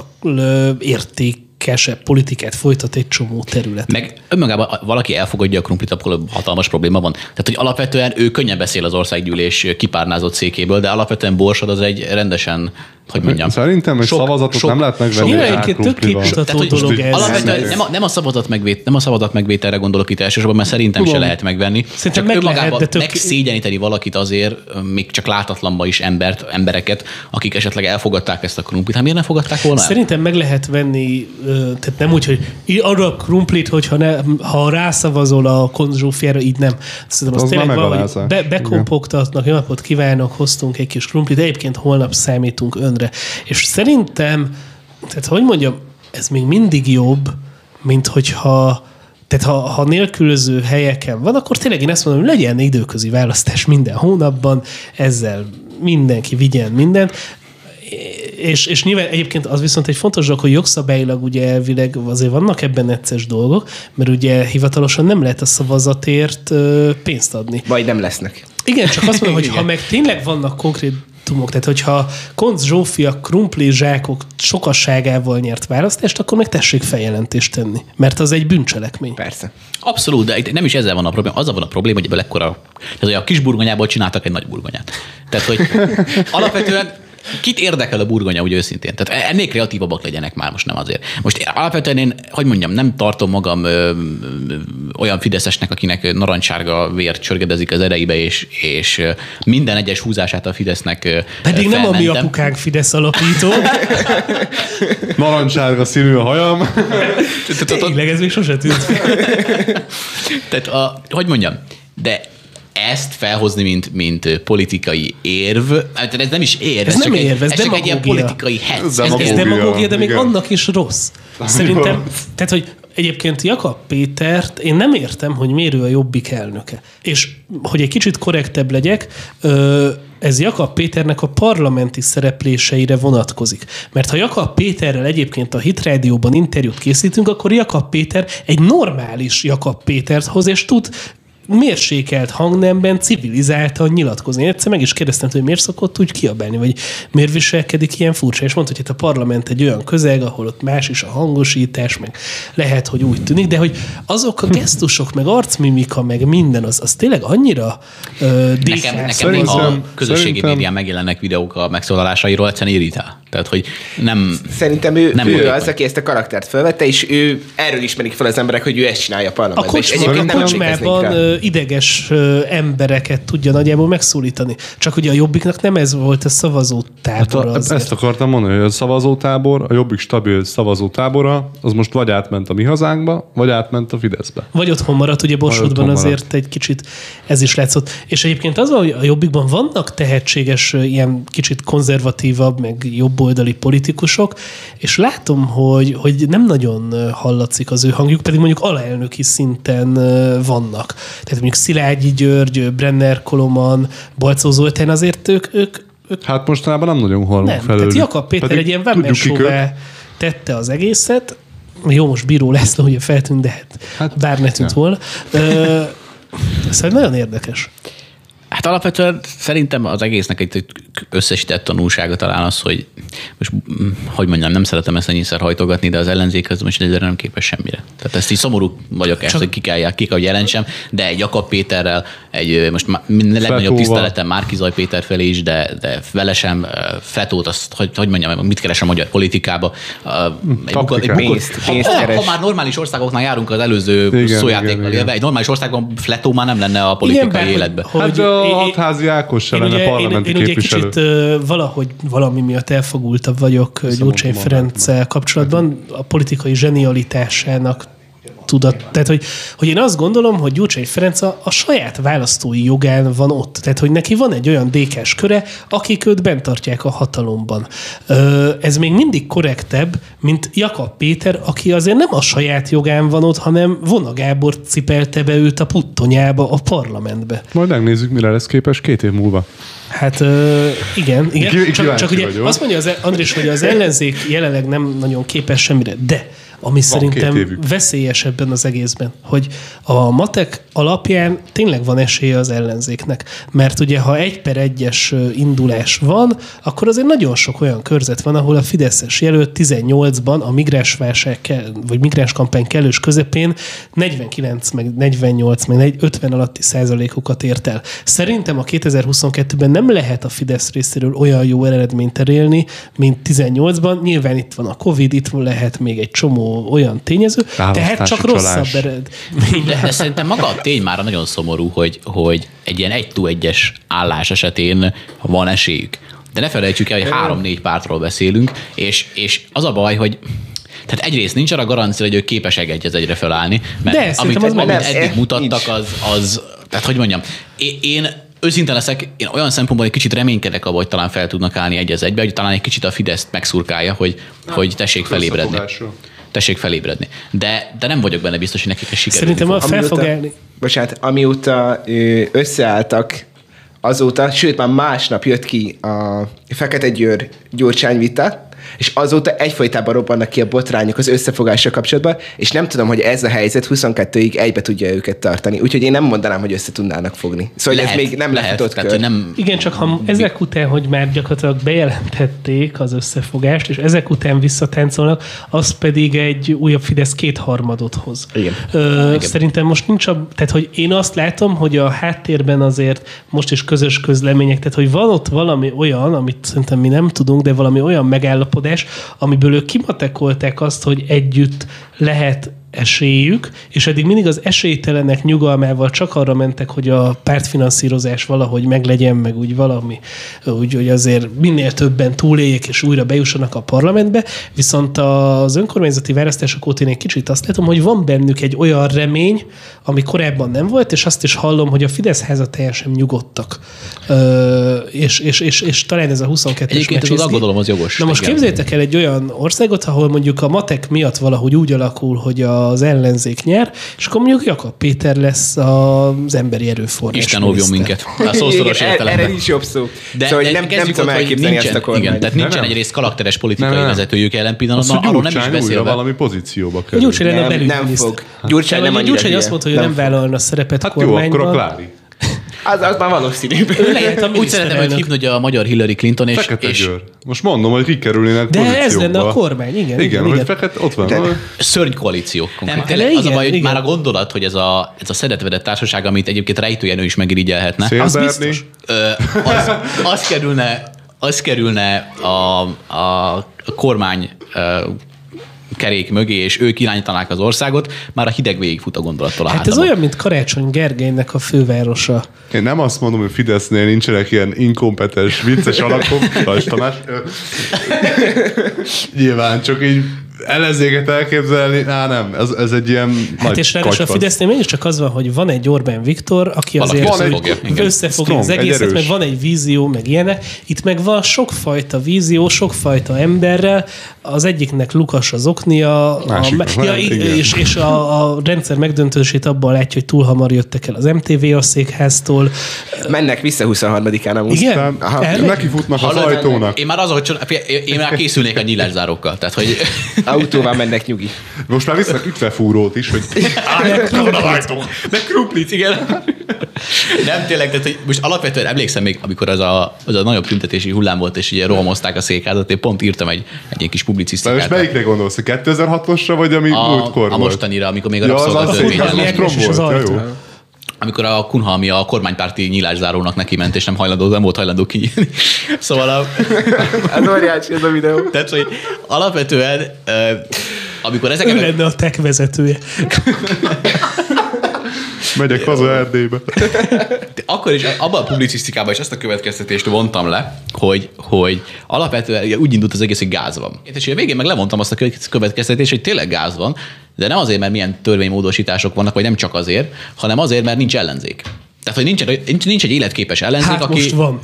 Speaker 1: értékesebb politikát folytat egy csomó terület.
Speaker 2: Meg önmagában valaki elfogadja a krumplit, akkor hatalmas probléma van. Tehát, hogy alapvetően ő könnyen beszél az országgyűlés kipárnázott székéből, de alapvetően Borsod az egy rendesen, hogy mondjam.
Speaker 3: Szerintem egy sok, szavazatot sok, nem lehet megvenni.
Speaker 1: Nyilvánként tök képmutató dolog ez.
Speaker 2: Alapvetően nem a, nem a szavazat megvét, nem a szavazat megvételre gondolok itt elsősorban, mert szerintem Tudom. se lehet megvenni. Szerintem csak meg önmagában lehet, tök... megszégyeníteni valakit azért, még csak látatlanba is embert, embereket, akik esetleg elfogadták ezt a krumplit. Hát miért nem fogadták volna?
Speaker 1: Szerintem meg lehet venni, tehát nem úgy, hogy arra a krumplit, hogyha ne, ha rászavazol a konzsófjára, így nem. Szerintem az tényleg valahogy be, bekompogtatnak, jó napot kívánok, hoztunk egy kis krumplit, de egyébként holnap számítunk ön. És szerintem, tehát hogy mondjam, ez még mindig jobb, mint hogyha, tehát ha, ha nélkülöző helyeken van, akkor tényleg én ezt mondom, hogy legyen időközi választás minden hónapban, ezzel mindenki vigyen mindent. és, és nyilván egyébként az viszont egy fontos dolog, hogy jogszabályilag ugye elvileg azért vannak ebben necces dolgok, mert ugye hivatalosan nem lehet a szavazatért pénzt adni.
Speaker 4: Vagy nem lesznek.
Speaker 1: Igen, csak azt mondom, hogy ha meg tényleg vannak konkrét tumok, tehát hogyha Koncz Zsófia krumpli zsákok sokasságával nyert választást, akkor meg tessék feljelentést tenni, mert az egy bűncselekmény.
Speaker 4: Persze.
Speaker 2: Abszolút, de nem is ezzel van a probléma. Azzal van a probléma, hogy ebből ekkora, tehát hogy a kis burgonyából csináltak egy nagy burgonyát. Tehát, hogy alapvetően kit érdekel a burgonya, úgy őszintén? Tehát ennél kreatívabbak legyenek már, most nem azért. Most alapvetően én, hogy mondjam, nem tartom magam ö, ö, olyan fideszesnek, akinek narancsárga vért csörgedezik az ereibe, és, és minden egyes húzását a Fidesznek
Speaker 1: Pedig
Speaker 2: felmentem.
Speaker 1: nem a mi apukánk Fidesz alapító.
Speaker 3: Narancsárga színű a hajam.
Speaker 1: Tényleg, ez még sose tűnt.
Speaker 2: Tehát, a, hogy mondjam, de ezt felhozni, mint, mint politikai érv, hát ez nem is érv,
Speaker 1: ez,
Speaker 2: ez
Speaker 1: nem
Speaker 2: csak,
Speaker 1: érv, ez,
Speaker 2: egy, ez csak egy ilyen politikai hetsz.
Speaker 3: Ez
Speaker 2: Ez,
Speaker 1: Ez
Speaker 2: ez
Speaker 1: demagógia, de még
Speaker 3: igen.
Speaker 1: annak is rossz. Szerintem, tehát, hogy egyébként Jakab Pétert én nem értem, hogy miért ő a Jobbik elnöke. És hogy egy kicsit korrektebb legyek, ez Jakab Péternek a parlamenti szerepléseire vonatkozik. Mert ha Jakab Péterrel egyébként a Hit Rádióban interjút készítünk, akkor Jakab Péter egy normális Jakab Pétert hoz, és tud mérsékelt hangnemben civilizáltan nyilatkozni. Én egyszer meg is kérdeztem, hogy miért szokott úgy kiabálni, vagy miért viselkedik ilyen furcsa, és mondta, hogy itt a parlament egy olyan közeg, ahol ott más is a hangosítás, meg lehet, hogy úgy tűnik, de hogy azok a gesztusok, meg arcmimika, meg minden, az, az tényleg annyira uh,
Speaker 2: Nekem, nekem még a közösségi médián megjelennek videók a megszólalásairól, egyszerűen irritál. Tehát, hogy nem...
Speaker 4: Szerintem ő,
Speaker 2: nem
Speaker 4: ő az, aki ezt a karaktert felvette, és ő erről ismerik fel az emberek, hogy ő ezt csinálja a
Speaker 1: A
Speaker 4: parlamentben. És
Speaker 1: kocsma,
Speaker 4: egyébként
Speaker 1: a
Speaker 4: nem
Speaker 1: kocsmában
Speaker 4: emlékeznék rá.
Speaker 1: ideges embereket tudja nagyjából megszólítani. Csak ugye a Jobbiknak nem ez volt a szavazótábor.
Speaker 3: Hát a, ezt akartam mondani, hogy a szavazótábor, a Jobbik stabil szavazótábora, az most vagy átment a mi hazánkba, vagy átment a Fideszbe.
Speaker 1: Vagy otthon maradt, ugye Borsodban azért egy kicsit ez is látszott. És egyébként az, hogy a Jobbikban vannak tehetséges, ilyen kicsit konzervatívabb, meg jobboldali politikusok, és látom, hogy, hogy nem nagyon hallatszik az ő hangjuk, pedig mondjuk alelnöki szinten vannak. Tehát mondjuk Szilágyi György, Brenner Koloman, Balczó Zoltán, azért ők, ők, ők
Speaker 3: Hát mostanában nem nagyon hallunk
Speaker 1: nem.
Speaker 3: felőlük.
Speaker 1: Tehát Jakab Péter
Speaker 3: Pedig
Speaker 1: egy ilyen
Speaker 3: tudjuk, kik ők.
Speaker 1: Vemmersóvá tette az egészet. Jó, most Bíró László ugye feltűnt, de hát,
Speaker 3: Hát,
Speaker 1: bár ne tűnt
Speaker 3: ja.
Speaker 1: volna. Ö, Szóval nagyon érdekes.
Speaker 2: Hát alapvetően szerintem az egésznek egy összesített tanulsága talán az, hogy most, hogy mondjam, nem szeretem ezt ennyiszer hajtogatni, de az ellenzék az most egyre nem képes semmire. Tehát ezt így szomorú vagyok ezt, hogy ki kell, ki kell, hogy jelentsem, de egy Jakab Péterrel, egy most legnagyobb tiszteletem Márki-Zay Péter felé is, de, de vele sem, Fetót, azt, hogy, hogy mondjam, mit keres a magyar politikába. Egy bukott, egy
Speaker 4: Pénzt, pénzt
Speaker 2: ha,
Speaker 4: keres.
Speaker 2: ha már normális országoknál járunk az előző
Speaker 3: Igen,
Speaker 2: szójátékkal
Speaker 3: igen,
Speaker 2: élve,
Speaker 3: igen.
Speaker 2: egy normális országban Fletó már nem lenne a politikai
Speaker 1: bár,
Speaker 2: életben.
Speaker 1: hogy-
Speaker 3: Hát
Speaker 1: hogy-
Speaker 3: a
Speaker 1: én-
Speaker 3: Hatházi Ákos se
Speaker 1: Én
Speaker 3: lenne
Speaker 1: ugye, én,
Speaker 3: parlamenti
Speaker 1: én ugye
Speaker 3: képviselő.
Speaker 1: kicsit uh, valahogy valami miatt elfogultabb vagyok Gyurcsány
Speaker 3: mondom,
Speaker 1: Ferenccel kapcsolatban, a politikai zsenialitásának tudat. Tehát, hogy, hogy én azt gondolom, hogy Gyurcsány Ferenc a, a saját választói jogán van ott. Tehát, hogy neki van egy olyan dé ká-s köre, akik őt bent tartják a hatalomban. Ö, ez még mindig korrektebb, mint Jakab Péter, aki azért nem a saját jogán van ott, hanem Vona Gábor cipelte be őt a puttonyába, a parlamentbe.
Speaker 3: Majd megnézzük, mire lesz képes két év múlva.
Speaker 1: Hát ö, igen, igen.
Speaker 3: Ki-
Speaker 1: Csak,
Speaker 3: kíváncsi
Speaker 1: csak ugye
Speaker 3: vagyok.
Speaker 1: azt mondja az Andris, hogy az ellenzék jelenleg nem nagyon képes semmire, de ami szerintem
Speaker 3: két évük.
Speaker 1: veszélyes ebben az egészben, hogy a matek alapján tényleg van esélye az ellenzéknek. Mert ugye, ha egy per egyes indulás van, akkor azért nagyon sok olyan körzet van, ahol a fideszes jelölt tizennyolcban a migránsválság, ke- vagy migránskampány kellős közepén negyvenkilenc, meg negyvennyolc, meg ötven alatti százalékokat ért el. Szerintem a kétezer-huszonkettőben nem lehet a Fidesz részéről olyan jó eredményt elérni, mint tizennyolcban. Nyilván itt van a Covid, itt lehet még egy csomó olyan tényező, tehát csak rosszabb
Speaker 3: csalás.
Speaker 1: eredmény.
Speaker 2: De, de szerintem maga a tény már nagyon szomorú, hogy, hogy egy ilyen egy tú egyes állás esetén van esélyük. De ne felejtsük el, hogy három-négy pártról beszélünk, és, és az a baj, hogy tehát egyrészt nincs arra garancia, hogy ők képesek egy egyre felállni, mert
Speaker 1: De,
Speaker 2: amit,
Speaker 1: szerintem az
Speaker 2: amit
Speaker 1: már
Speaker 4: nem.
Speaker 2: eddig
Speaker 4: Eh,
Speaker 2: mutattak,
Speaker 4: nincs.
Speaker 2: az, az, tehát hogy mondjam, én, én őszintén leszek, én olyan szempontból egy kicsit reménykedek abban, hogy talán fel tudnak állni egy az egybe, hogy talán egy kicsit a Fideszt megszurkálja, hogy, hogy tessék felébredni.
Speaker 3: Összefogásra.
Speaker 2: Tessék felébredni. De, de nem vagyok benne biztos, hogy nekik ez sikerülni
Speaker 1: Szerintem a
Speaker 2: fog.
Speaker 1: fel fog
Speaker 4: Amióta-
Speaker 1: állni.
Speaker 4: Bocsánat, amióta ö, összeálltak azóta, sőt már másnap jött ki a Fekete Győr Gyurcsány vita, és azóta egyfolytában robbannak ki a botrányok az összefogással kapcsolatban, és nem tudom, hogy ez a helyzet huszonkettőig egybe tudja őket tartani. Úgyhogy én nem mondanám, hogy össze tudnának fogni. Szóval lehet, ez még nem
Speaker 2: lehet,
Speaker 4: lefutott
Speaker 2: tehát,
Speaker 4: kör.
Speaker 2: Nem...
Speaker 1: Igen, csak ha ezek után, hogy már gyakorlatilag bejelentették az összefogást, és ezek után visszatáncolnak, az pedig egy újabb Fidesz kétharmadot hoz.
Speaker 4: Igen.
Speaker 1: Ö,
Speaker 2: Igen.
Speaker 1: Szerintem most nincs a... Tehát, hogy én azt látom, hogy a háttérben azért most is közös közlemények, tehát, hogy van ott valami olyan, amit szerintem mi nem tudunk, de valami olyan megállapodás, amiből ők kimatekolták azt, hogy együtt lehet esélyük, és eddig mindig az esélytelenek nyugalmával csak arra mentek, hogy a pártfinanszírozás valahogy meglegyen, meg úgy valami, úgy, hogy azért minél többen túléljék, és újra bejussanak a parlamentbe, viszont az önkormányzati választások óta én egy kicsit azt látom, hogy van bennük egy olyan remény, ami korábban nem volt, és azt is hallom, hogy a Fidesz házattáján sem nyugodtak. Ö, és, és, és, és talán ez a huszonkettes
Speaker 2: Egyébként az aggodalom az jogos.
Speaker 1: Na most
Speaker 2: igen.
Speaker 1: képzeljétek el egy olyan országot, ahol mondjuk a matek miatt valahogy úgy alakul, hogy az ellenzék nyer, és akkor mondjuk Jakab Péter lesz az emberi erőforrás.
Speaker 2: Isten óvjon minket. A szószoros
Speaker 4: Igen,
Speaker 2: értelemben.
Speaker 4: erre nincs jobb szó.
Speaker 2: De,
Speaker 4: szóval
Speaker 2: de
Speaker 4: nem, nem
Speaker 2: kezdjük
Speaker 4: tudom
Speaker 2: ott, hogy
Speaker 4: elképzelni
Speaker 2: nincsen,
Speaker 4: ezt a kormányt.
Speaker 2: igen, tehát
Speaker 3: Nem,
Speaker 2: nincsen
Speaker 3: nem.
Speaker 2: egyrészt karakteres politikai
Speaker 3: Nem, nem.
Speaker 2: vezetőjük jelen
Speaker 3: Azt,
Speaker 2: pillanatban,
Speaker 3: hogy
Speaker 2: arról nem is
Speaker 3: Gyurcsány újra
Speaker 2: beszélve.
Speaker 3: valami pozícióba
Speaker 1: A
Speaker 3: kerül.
Speaker 1: Gyurcsány lenne a
Speaker 4: Nem, nem
Speaker 1: belügyminiszter.
Speaker 4: fog. Gyurcsány nem annyira
Speaker 1: Gyurcsány
Speaker 4: hülye.
Speaker 1: azt mondta, hogy ő nem
Speaker 4: fog.
Speaker 1: vállalna szerepet
Speaker 3: Hát jó, akkor a
Speaker 1: kormányban.
Speaker 3: Klári.
Speaker 4: Az, az már valószínűbb.
Speaker 1: Ő lehet a
Speaker 2: Úgy szeretném őt hívni, hogy a magyar Hillary Clinton, és,
Speaker 3: Fekete
Speaker 2: és
Speaker 3: Győr. Most mondom, hogy kikerülnének
Speaker 1: De
Speaker 3: pozícióba.
Speaker 1: ez lenne a kormány, igen.
Speaker 3: Igen,
Speaker 1: igen,
Speaker 3: hogy
Speaker 1: igen.
Speaker 3: fekete, ott van.
Speaker 4: De-
Speaker 2: szörny koalíció. Nem,
Speaker 1: De
Speaker 2: tényleg, az a
Speaker 1: igen,
Speaker 2: baj, hogy
Speaker 1: igen.
Speaker 2: már a gondolat, hogy ez a, ez a szedetvedett társaság, amit egyébként Rejtőjenő is megirigyelhetne,
Speaker 1: Az
Speaker 3: Szélberni.
Speaker 1: biztos.
Speaker 2: ö, az, az kerülne, az kerülne a, a, a kormány ö, kerék mögé, és ők irányítanák az országot, már a hideg végigfut a gondolattól a
Speaker 1: Hát ez
Speaker 2: hátamon.
Speaker 1: olyan, mint Karácsony Gergelynek a fővárosa.
Speaker 3: Én nem azt mondom, hogy Fidesznél nincsenek ilyen inkompetens, vicces alakok. Rajs Tamás. Ö, Nyilván, csak így ellenzéket elképzelni, á nem, ez, ez egy ilyen
Speaker 1: Hát
Speaker 3: nagy
Speaker 1: és ráadásul a
Speaker 3: katyvasz.
Speaker 1: Fidesznél mégiscsak az van, hogy van egy Orbán Viktor, aki
Speaker 2: Valaki
Speaker 1: azért
Speaker 2: összefogja,
Speaker 1: hogy
Speaker 2: igen.
Speaker 1: összefogja az
Speaker 3: Strong, egy
Speaker 1: egészet,
Speaker 3: erős.
Speaker 1: meg van egy vízió, meg ilyenek. Itt meg van sokfajta vízió, sokfajta emberrel. Az egyiknek lukas az oknia, a,
Speaker 3: Másiknak
Speaker 1: ja,
Speaker 3: nem, igen.
Speaker 1: és, és a, a rendszer megdöntősét abban látja, hogy túl hamar jöttek el az em té vé a székháztól.
Speaker 4: Mennek vissza huszonharmadikán amúgy.
Speaker 1: Igen?
Speaker 3: Aztán
Speaker 4: Aha.
Speaker 1: Elmegy?
Speaker 3: neki futnak az
Speaker 2: Hallod,
Speaker 3: ajtónak.
Speaker 2: Én már az, hogy csinál, én már készülnék a nyílászárókkal. Tehát, hogy
Speaker 4: Autóval mennek nyugi.
Speaker 3: Most már visznek ütvefúrót is, hogy
Speaker 2: meg krumplit, igen. Nem, tényleg, tehát, hogy most alapvetően emlékszem még, amikor az a, az a nagyobb tüntetési hullám volt, és ugye rohamozták a székházat, én pont írtam egy, egy ilyen kis
Speaker 3: de
Speaker 2: publicisztikát.
Speaker 3: most melyikre gondolsz? A kétezer-hatosra, vagy ami
Speaker 2: a,
Speaker 3: múltkor
Speaker 2: a
Speaker 3: volt?
Speaker 2: mostanira, amikor még a
Speaker 3: Ja, az
Speaker 2: rabszolgatörvény
Speaker 3: az, az
Speaker 2: ellen-
Speaker 3: most rom
Speaker 1: és az
Speaker 3: volt. Ja,
Speaker 1: ajtó.
Speaker 3: jó.
Speaker 2: amikor a Kunhalmi a kormánypárti nyílászárónak neki ment, és nem hajlandó, nem volt hajlandó kinyílni. Szóval a,
Speaker 4: Az óriási ez a videó.
Speaker 2: tehát, hogy alapvetően, uh, amikor
Speaker 1: Ő
Speaker 2: ezeket...
Speaker 1: lenne a tech vezetője.
Speaker 3: Megyek haza Erdélybe.
Speaker 2: De akkor is, abban a publicisztikában is azt a következtetést vontam le, hogy, hogy alapvetően ugye úgy indult az egész, hogy gáz van. És a végén meg levontam azt a következtetést, hogy tényleg gáz van, de nem azért, mert milyen törvénymódosítások vannak, vagy nem csak azért, hanem azért, mert nincs ellenzék. Tehát, hogy nincs, nincs, nincs egy életképes ellenzék,
Speaker 1: Hát
Speaker 2: aki...
Speaker 1: most van.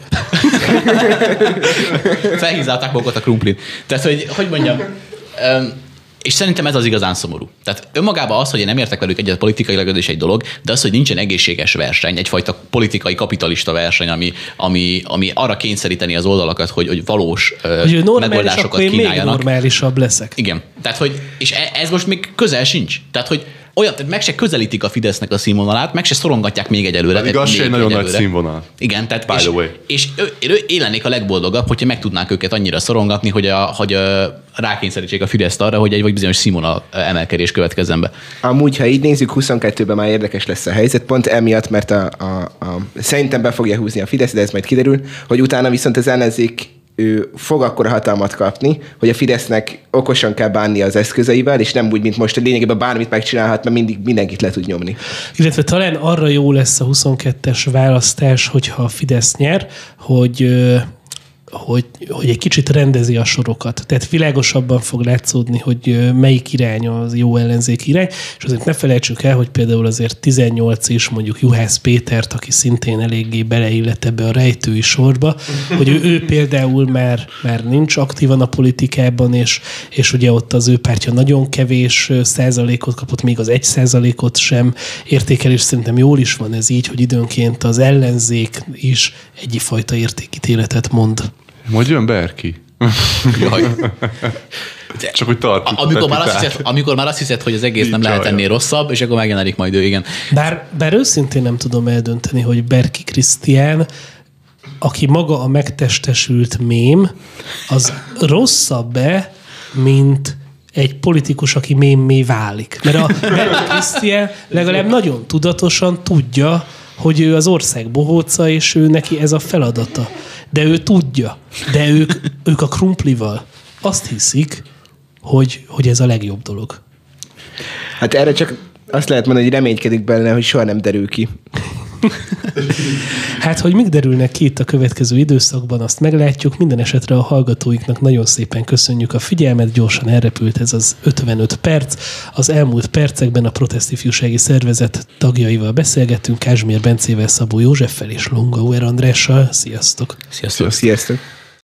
Speaker 2: Felhízálták magukat a krumplin. Tehát, hogy, hogy mondjam, um, és szerintem ez az igazán szomorú. Tehát önmagában az, hogy én nem értek velük egyet politikailag, ez is egy dolog, de az, hogy nincsen egészséges verseny, egyfajta politikai kapitalista verseny, ami, ami, ami arra kényszeríteni az oldalakat, hogy, hogy valós uh,
Speaker 1: Hogy ő normális,
Speaker 2: megoldásokat
Speaker 1: akkor én még
Speaker 2: kínáljanak.
Speaker 1: normálisabb leszek.
Speaker 2: Igen. Tehát, hogy, és e- ez most még közel sincs. Tehát, hogy olyan, tehát meg se közelítik a Fidesznek a színvonalát, meg se szorongatják még egyelőre.
Speaker 3: Pedig
Speaker 2: tehát
Speaker 3: az se
Speaker 2: még
Speaker 3: egy nagyon nagy
Speaker 2: egyelőre.
Speaker 3: színvonal.
Speaker 2: Igen, tehát
Speaker 3: By
Speaker 2: és,
Speaker 3: the way.
Speaker 2: és ő, ő, én lennék a legboldogabb, hogyha meg tudnánk őket annyira szorongatni, hogy, a, hogy a, rákényszerítsék a Fideszt arra, hogy egy vagy bizonyos színvonal emelkedés következzen be.
Speaker 4: Amúgy, ha így nézzük, huszonkettőben már érdekes lesz a helyzet, pont emiatt, mert a, a, a, szerintem be fogja húzni a Fidesz, de ez majd kiderül, hogy utána viszont az ellenzék ő fog akkor hatalmat kapni, hogy a Fidesznek okosan kell bánni az eszközeivel, és nem úgy, mint most, hogy lényegében bármit megcsinálhat, mert mindig mindenkit le tud nyomni.
Speaker 1: Illetve talán arra jó lesz a huszonkettes választás, hogyha a Fidesz nyer, hogy ö, hogy, hogy egy kicsit rendezi a sorokat. Tehát világosabban fog látszódni, hogy melyik irány az jó ellenzék irány, és azért ne felejtsük el, hogy például azért tizennyolc is mondjuk Juhász Pétert, aki szintén eléggé beleillett ebbe a rejtői sorba, hogy ő, ő például már, már nincs aktívan a politikában, és, és ugye ott az ő pártja nagyon kevés százalékot kapott, még az egy százalékot sem értékel, és szerintem jól is van ez így, hogy időnként az ellenzék is egyfajta értékítéletet mond.
Speaker 3: Majd jön Berki.
Speaker 2: Jaj.
Speaker 3: Csak hogy tartjuk.
Speaker 2: Amikor már, azt hiszed, amikor már azt hiszed, hogy az egész nem lehet ennél rosszabb, és akkor megjelenik majd ő, igen.
Speaker 1: Bár, bár őszintén nem tudom eldönteni, hogy Berki Krisztián, aki maga a megtestesült mém, az rosszabb-e, mint egy politikus, aki mémmé válik. Mert a Berki Krisztián legalább nagyon tudatosan tudja, hogy ő az ország bohóca, és ő neki ez a feladata. De ő tudja. De ők, ők a krumplival azt hiszik, hogy, hogy ez a legjobb dolog.
Speaker 4: Hát erre csak azt lehet mondani, hogy reménykedik benne, hogy soha nem derül ki.
Speaker 1: Hát, hogy mik derülnek ki itt a következő időszakban, azt meglátjuk. Minden esetre a hallgatóiknak nagyon szépen köszönjük a figyelmet, gyorsan elrepült ez az ötvenöt perc. Az elmúlt percekben a Protest Ifjúsági Szervezet tagjaival beszélgettünk, Kázsmér Bencével, Szabó Józseffel és Longauer Andrással. Sziasztok!
Speaker 2: Sziasztok!
Speaker 4: Sziasztok!